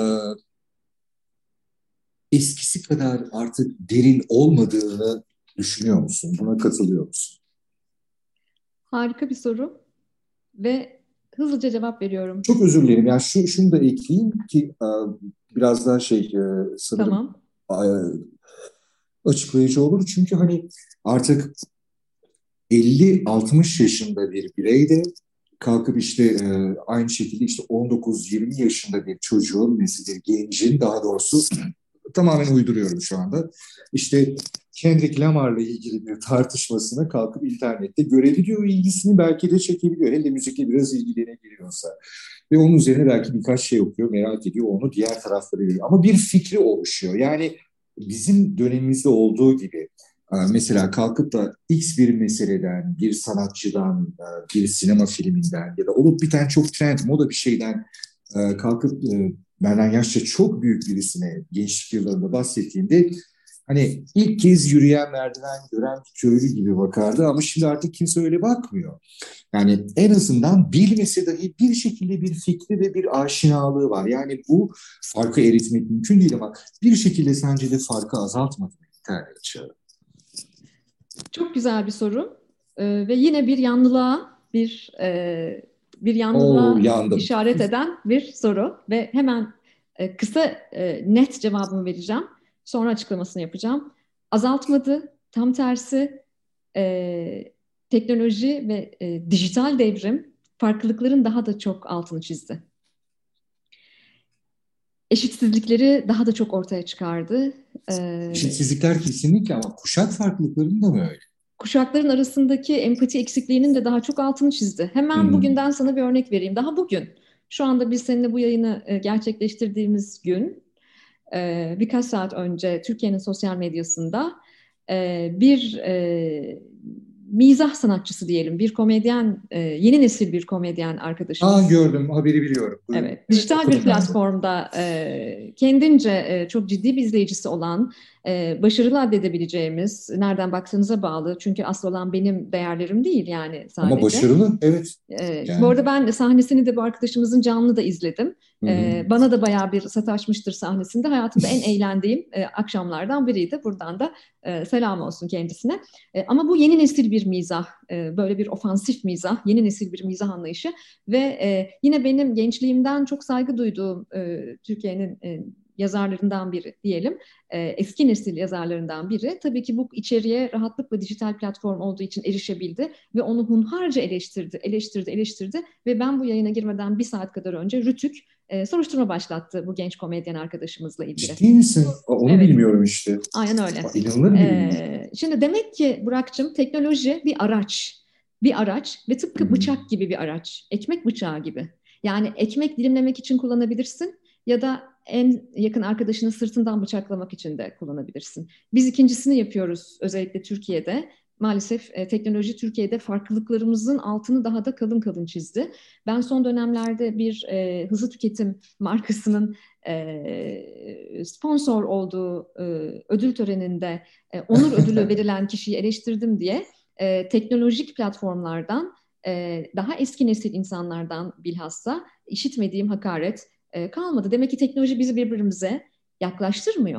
eskisi kadar artık derin olmadığını düşünüyor musun? Buna katılıyor musun? Harika bir soru ve hızlıca cevap veriyorum. Çok özür dilerim. Yani şu, şunu da ekleyeyim ki e, biraz daha şey e, sanırım Tamam. e, açıklayıcı olur. Çünkü hani artık elli altmış yaşında bir birey de kalkıp işte e, aynı şekilde işte on dokuz yirmi yaşında bir çocuğun, mesela gencin daha doğrusu tamamen uyduruyorum şu anda. İşte Kendrick Lamar'la ilgili bir tartışmasına kalkıp internette görebiliyor, ilgisini belki de çekebiliyor. Hele müzikle biraz ilgilenebiliyorsa. Ve onun üzerine belki birkaç şey okuyor, merak ediyor, onu diğer taraflara veriyor. Ama bir fikri oluşuyor. Yani bizim dönemimizde olduğu gibi e, mesela kalkıp da X bir meseleden, bir sanatçıdan, e, bir sinema filminden ya da olup biten çok trend, moda bir şeyden e, kalkıp e, benden yaşça çok büyük birisine gençlik yıllarında bahsettiğimde hani ilk kez yürüyen merdiven gören bir köylü gibi bakardı ama şimdi artık kimse öyle bakmıyor. Yani en azından bilmese dahi bir şekilde bir fikri ve bir aşinalığı var. Yani bu farkı eritmek mümkün değil ama bir şekilde sence de farkı azaltmadı mı internet çağı? Çok güzel bir soru. Ee, ve yine bir yanlılığa, bir e, bir Oo, yanlılığa yandım. işaret eden bir soru ve hemen e, kısa e, net cevabımı vereceğim. Sonra açıklamasını yapacağım. Azaltmadı, tam tersi e, teknoloji ve e, dijital devrim farklılıkların daha da çok altını çizdi. Eşitsizlikleri daha da çok ortaya çıkardı. Ee, Eşitsizlikler kesinlikle ama kuşak farklılıklarının da mı öyle? Kuşakların arasındaki empati eksikliğinin de daha çok altını çizdi. Hemen Hmm. bugünden sana bir örnek vereyim. Daha bugün, şu anda biz seninle bu yayını e, gerçekleştirdiğimiz gün, e, birkaç saat önce Türkiye'nin sosyal medyasında e, bir e, mizah sanatçısı diyelim, bir komedyen, e, yeni nesil bir komedyen Aa, arkadaşımız. gördüm, haberi biliyorum, duydum. Evet, Evet, dijital bir okudum ben de. platformda e, kendince e, çok ciddi bir izleyicisi olan, e, başarılı addedebileceğimiz, nereden baktığınıza bağlı. Çünkü asıl olan benim değerlerim değil yani Ama sadece. başarılı, evet. Ee, bu Yani. arada ben sahnesini de bu arkadaşımızın canlı da izledim. Hı hı. Ee, bana da bayağı bir sataşmıştır sahnesinde. Hayatımda en eğlendiğim e, akşamlardan biriydi. Buradan da e, selam olsun kendisine. E, ama bu yeni nesil bir mizah, e, böyle bir ofansif mizah, yeni nesil bir mizah anlayışı ve e, yine benim gençliğimden çok saygı duyduğum e, Türkiye'nin e, yazarlarından biri diyelim. E, eski nesil yazarlarından biri. Tabii ki bu içeriğe rahatlıkla dijital platform olduğu için erişebildi ve onu hunharca eleştirdi, eleştirdi, eleştirdi ve ben bu yayına girmeden bir saat kadar önce Rütük e, soruşturma başlattı bu genç komedyen arkadaşımızla ilgili. Ciddi misin? Aa, onu Evet, bilmiyorum işte. aynen öyle. Aa, inanılır gibi değil. E, şimdi demek ki Burak'cığım teknoloji bir araç, bir araç ve Hı tıpkı hı. bıçak gibi bir araç, ekmek bıçağı gibi. Yani ekmek dilimlemek için kullanabilirsin ya da en yakın arkadaşını sırtından bıçaklamak için de kullanabilirsin. Biz ikincisini yapıyoruz özellikle Türkiye'de. Maalesef e, teknoloji Türkiye'de farklılıklarımızın altını daha da kalın kalın çizdi. Ben son dönemlerde bir e, hızlı tüketim markasının e, sponsor olduğu e, ödül töreninde e, onur ödülü verilen kişiyi eleştirdim diye e, teknolojik platformlardan e, daha eski nesil insanlardan bilhassa işitmediğim hakaret e, kalmadı. Demek ki teknoloji bizi birbirimize yaklaştırmıyor.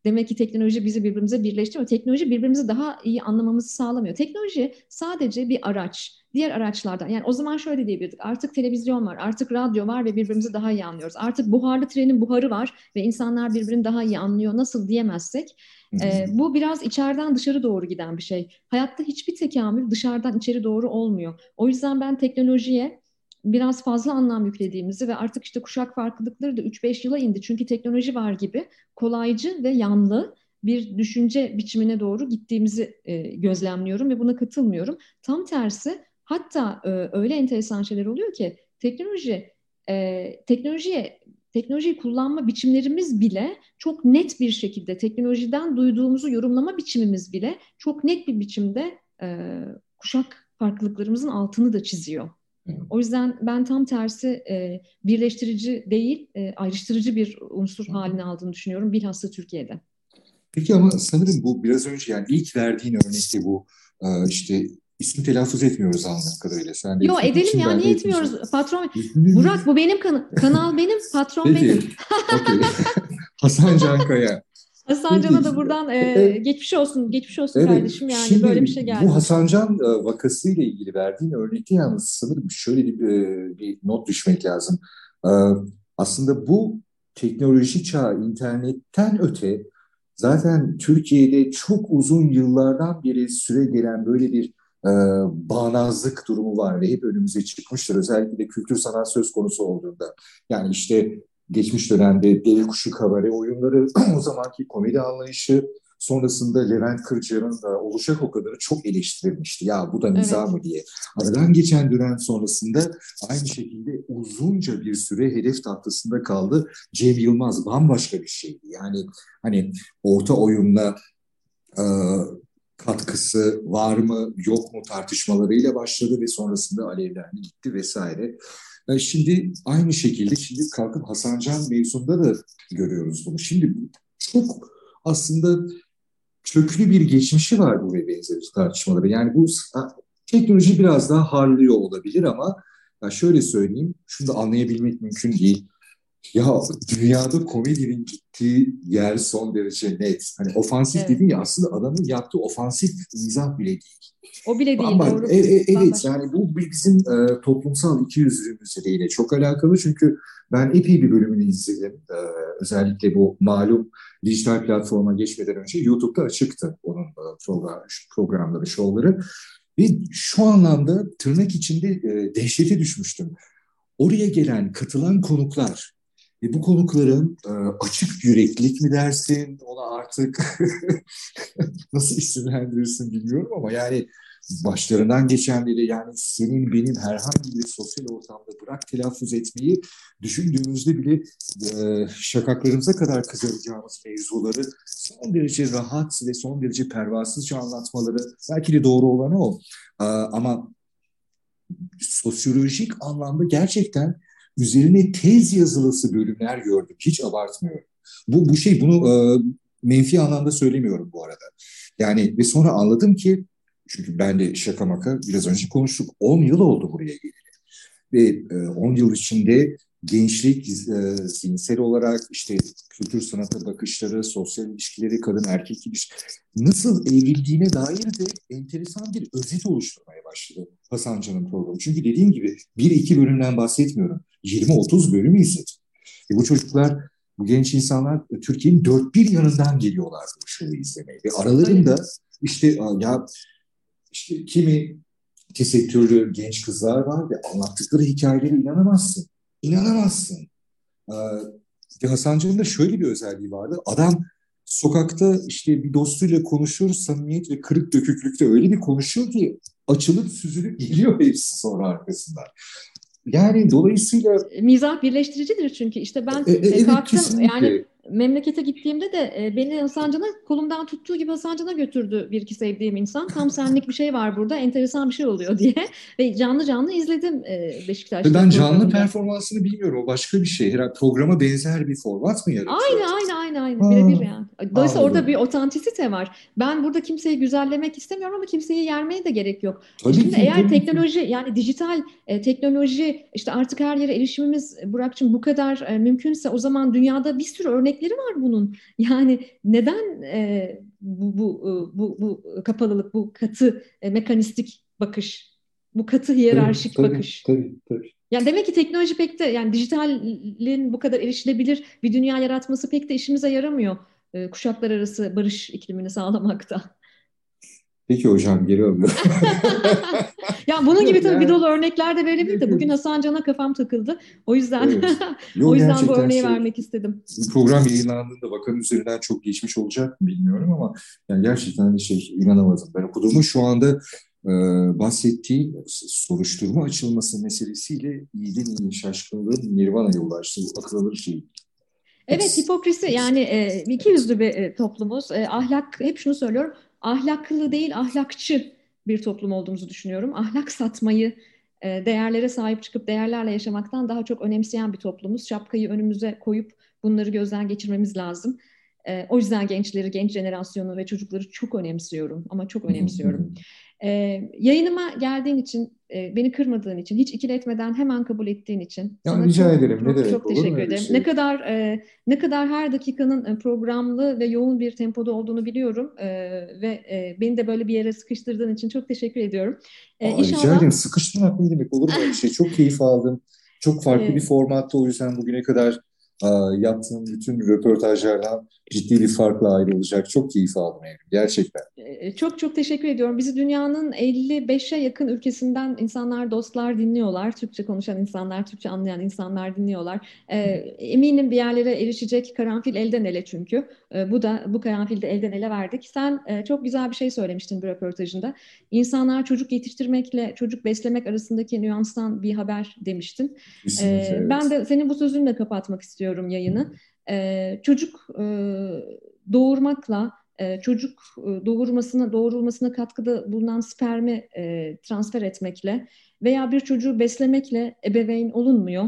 demek ki teknoloji bizi birbirimize birleştiriyor. Teknoloji birbirimizi daha iyi anlamamızı sağlamıyor. Teknoloji sadece bir araç. Diğer araçlardan, yani o zaman şöyle diyebilirdik: artık televizyon var, artık radyo var ve birbirimizi daha iyi anlıyoruz. Artık buharlı trenin buharı var ve insanlar birbirini daha iyi anlıyor. Nasıl diyemezsek, e, bu biraz içeriden dışarı doğru giden bir şey. Hayatta hiçbir tekamül dışarıdan içeri doğru olmuyor. O yüzden ben teknolojiye biraz fazla anlam yüklediğimizi ve artık işte kuşak farklılıkları da üç beş yıla indi. Çünkü teknoloji var gibi kolaycı ve yanlı bir düşünce biçimine doğru gittiğimizi e, gözlemliyorum ve buna katılmıyorum. Tam tersi, hatta e, öyle enteresan şeyler oluyor ki teknoloji e, teknolojiye teknolojiyi kullanma biçimlerimiz bile çok net bir şekilde, teknolojiden duyduğumuzu yorumlama biçimimiz bile çok net bir biçimde e, kuşak farklılıklarımızın altını da çiziyor. O yüzden ben tam tersi e, birleştirici değil, e, ayrıştırıcı bir unsur haline aldığını düşünüyorum, bilhassa Türkiye'de. Peki ama sanırım bu biraz önce, yani ilk verdiğin örnekte bu e, işte ismi telaffuz etmiyoruz anladığım kadarıyla. Sen de Yo, etmediğin edelim için ya, ben de niye etmeyeceğim. etmiyoruz patron? Burak, bu benim kan kanal, benim patron Peki, benim. okey. Hasan Cankaya. Hasan Peki, Can'a da buradan e, e, geçmiş olsun, geçmiş olsun evet, kardeşim, yani böyle şimdi bir şey bu geldi başına. Hasan Can e, vakasıyla ilgili verdiğin örnekte yalnız sanırım şöyle bir, e, bir not düşmek lazım. E, Aslında bu teknoloji çağı internetten öte zaten Türkiye'de çok uzun yıllardan beri süre gelen böyle bir e, bağnazlık durumu var ve hep önümüze çıkmıştır. Özellikle de kültür sanat söz konusu olduğunda. Yani işte geçmiş dönemde Deli Kuşu Kabare oyunları, o zamanki komedi anlayışı, sonrasında Levent Kırca'nın da Olacak O Kadar'ı çok eleştirilmişti. Ya bu da mizah Evet, mı diye. Aradan geçen dönem sonrasında aynı şekilde uzunca bir süre hedef tahtasında kaldı. Cem Yılmaz bambaşka bir şeydi. Yani hani orta oyunla e, katkısı var mı yok mu tartışmalarıyla başladı ve sonrasında alevlendi gitti vesaire. E, Şimdi aynı şekilde şimdi kalkıp Hasan Can mevzunda da görüyoruz bunu. Şimdi çok aslında köklü bir geçmişi var bu ve benzeri tartışmaları. Yani bu teknoloji biraz daha harlıyor olabilir ama ya şöyle söyleyeyim, şunu da anlayabilmek mümkün değil. Ya dünyada komedinin gittiği yer son derece net. Hani ofansif evet. dedin ya, aslında adamın yaptığı ofansif mizah bile değil. O bile değil, Ama doğru. e, e, evet, Bambaşka. yani bu bizim e, toplumsal ikiyüzlülüğümüzle çok alakalı. Çünkü ben epey bir bölümünü izledim. E, özellikle bu malum dijital platforma geçmeden önce YouTube'da açıktı onun e, program, programları, şovları. Ve şu anlamda tırnak içinde e, dehşete düşmüştüm. Oraya gelen, katılan konuklar ve bu konukların e, açık yüreklilik mi dersin, ona artık nasıl isimlendirirsin bilmiyorum ama yani başlarından geçenleri, yani senin benim herhangi bir sosyal ortamda bırak telaffuz etmeyi, düşündüğümüzde bile e, şakaklarımıza kadar kızaracağımız mevzuları son derece rahat ve son derece pervasızca anlatmaları belki de doğru olanı o. E, ama sosyolojik anlamda gerçekten üzerine tez yazılısı bölümler gördüm. Hiç abartmıyorum. Bu, bu şey bunu e, menfi anlamda söylemiyorum bu arada. Yani ve sonra anladım ki, çünkü ben de şaka maka biraz önce konuştuk. on yıl oldu buraya geleli. Ve e, on yıl içinde gençlik, e, zihinsel olarak işte kültür sanata bakışları, sosyal ilişkileri, kadın erkek ilişkileri nasıl evrildiğine dair de enteresan bir özet oluşturmaya başladı Hasan Can'ın programı. Çünkü dediğim gibi bir iki bölümden bahsetmiyorum. yirmi otuz bölüm izledim. E bu çocuklar, bu genç insanlar Türkiye'nin dört bir yanından geliyorlar bu şovu izlemeye. Ve aralarında işte ya işte kimi tesettürlü genç kızlar var ve anlattıkları hikayelere inanamazsın. İnanamazsın. Ee, Hasan Can'ın da şöyle bir özelliği vardı. Adam sokakta işte bir dostuyla konuşur, samimiyet ve kırık döküklükte öyle bir konuşuyor ki açılıp süzülüp geliyor hepsi sonra arkasından. Yani dolayısıyla Mizah birleştiricidir çünkü. İşte ben e, e, e, evet, kalktım, yani kesinlikle. memlekete gittiğimde de e, beni Hasan Can'a kolumdan tuttuğu gibi Hasan Can'a götürdü bir iki sevdiğim insan. Tam senlik bir şey var burada, enteresan bir şey oluyor diye. Ve canlı canlı izledim e, Ve Beşiktaş'ta ben canlı programında. performansını bilmiyorum. O başka bir şey. Herhalde programa benzer bir format mı yaratıyor? Aynı aynı aynı aynı birebir Ha, yani. Dolayısıyla orada bir anladım. otantisite var. Ben burada kimseyi güzellemek istemiyorum ama kimseyi yermeye de gerek yok. E Tabii şimdi ki, eğer tabii ki. teknoloji yani dijital e, teknoloji işte artık her yere erişimimiz e, Burak'cığım bu kadar e, mümkünse o zaman dünyada bir sürü örnekleri var bunun. Yani neden e, bu, bu, e, bu, bu kapalılık, bu katı e, mekanistik bakış, bu katı Tabii, hiyerarşik tabii, bakış? tabii, tabii. Yani demek ki teknoloji pek de yani dijitalin bu kadar erişilebilir bir dünya yaratması pek de işimize yaramıyor. E, kuşaklar arası barış iklimini sağlamakta. Peki hocam, geri alıyorum. Ya bunun gibi Yok tabii bir yani, dolu örnekler de verebilir yok, de yok. bugün Hasan Can'a kafam takıldı. O yüzden Evet. o Yok, yüzden bu gerçekten örneği şey, vermek istedim. bu program yayınlandığında bakanın üzerinden çok geçmiş olacak mı bilmiyorum ama yani gerçekten hani şey, inanamadım. Ben okuduğumu şu anda e, bahsettiği soruşturma açılması meselesiyle iyiden iyi şaşkınlığın Nirvana'ya ulaştı. Bu akıl alır şey. Evet, hipokrisi yani e, iki yüzlü bir e, toplumuz. E, ahlak, hep şunu söylüyorum, ahlaklı değil ahlakçı bir toplum olduğumuzu düşünüyorum. Ahlak satmayı, e, değerlere sahip çıkıp değerlerle yaşamaktan daha çok önemseyen bir toplumuz. Şapkayı önümüze koyup bunları gözden geçirmemiz lazım. E, o yüzden gençleri, genç jenerasyonu ve çocukları çok önemsiyorum ama çok önemsiyorum. E, Yayınıma geldiğin için, e, beni kırmadığın için, hiç ikile etmeden hemen kabul ettiğin için Ya sana rica çok ederim. Ne çok demek, çok olur mu teşekkür öyle ederim. Ne şey? kadar e, ne kadar her dakikanın e, programlı ve yoğun bir tempoda olduğunu biliyorum. E, ve e, beni de böyle bir yere sıkıştırdığın için çok teşekkür ediyorum. E, Aa, rica İnşallah ederim. Sıkıştırmak ne demek, olur mu öyle şey? Çok keyif aldım. Çok farklı bir e, formatta, o yüzden bugüne kadar aa, yaptığım bütün röportajlardan ciddi bir farkla ayrı olacak. Çok keyif aldım Evrim. Gerçekten. e, çok çok teşekkür ediyorum. Bizi dünyanın elli beşe yakın ülkesinden insanlar, dostlar dinliyorlar. Türkçe konuşan insanlar, Türkçe anlayan insanlar dinliyorlar. E, eminim bir yerlere erişecek, karanfil elden ele çünkü. E, bu da bu karanfili de elden ele verdik. Sen e, çok güzel bir şey söylemiştin bir röportajında. İnsanlar çocuk yetiştirmekle çocuk beslemek arasındaki nüanstan bir haber demiştin. Kesinlikle, E, ben evet. de senin bu sözünle kapatmak istiyorum yayını. E, çocuk e, doğurmakla e, çocuk e, doğurmasına doğurulmasına katkıda bulunan spermi e, transfer etmekle veya bir çocuğu beslemekle ebeveyn olunmuyor.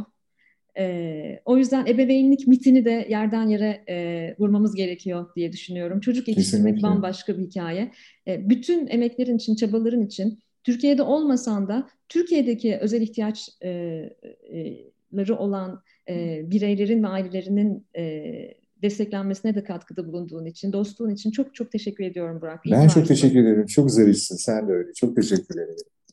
E, o yüzden ebeveynlik mitini de yerden yere e, vurmamız gerekiyor diye düşünüyorum. Çocuk yetiştirmek Kesinlikle. bambaşka bir hikaye. E, bütün emeklerin için, çabaların için Türkiye'de olmasan da Türkiye'deki özel ihtiyaçları olan e, bireylerin ve ailelerinin e, desteklenmesine de katkıda bulunduğun için, dostluğun için çok çok teşekkür ediyorum Burak. İyi ki Ben çok varsın. teşekkür ederim. Çok zarifsin. Sen de öyle. Çok teşekkür ederim.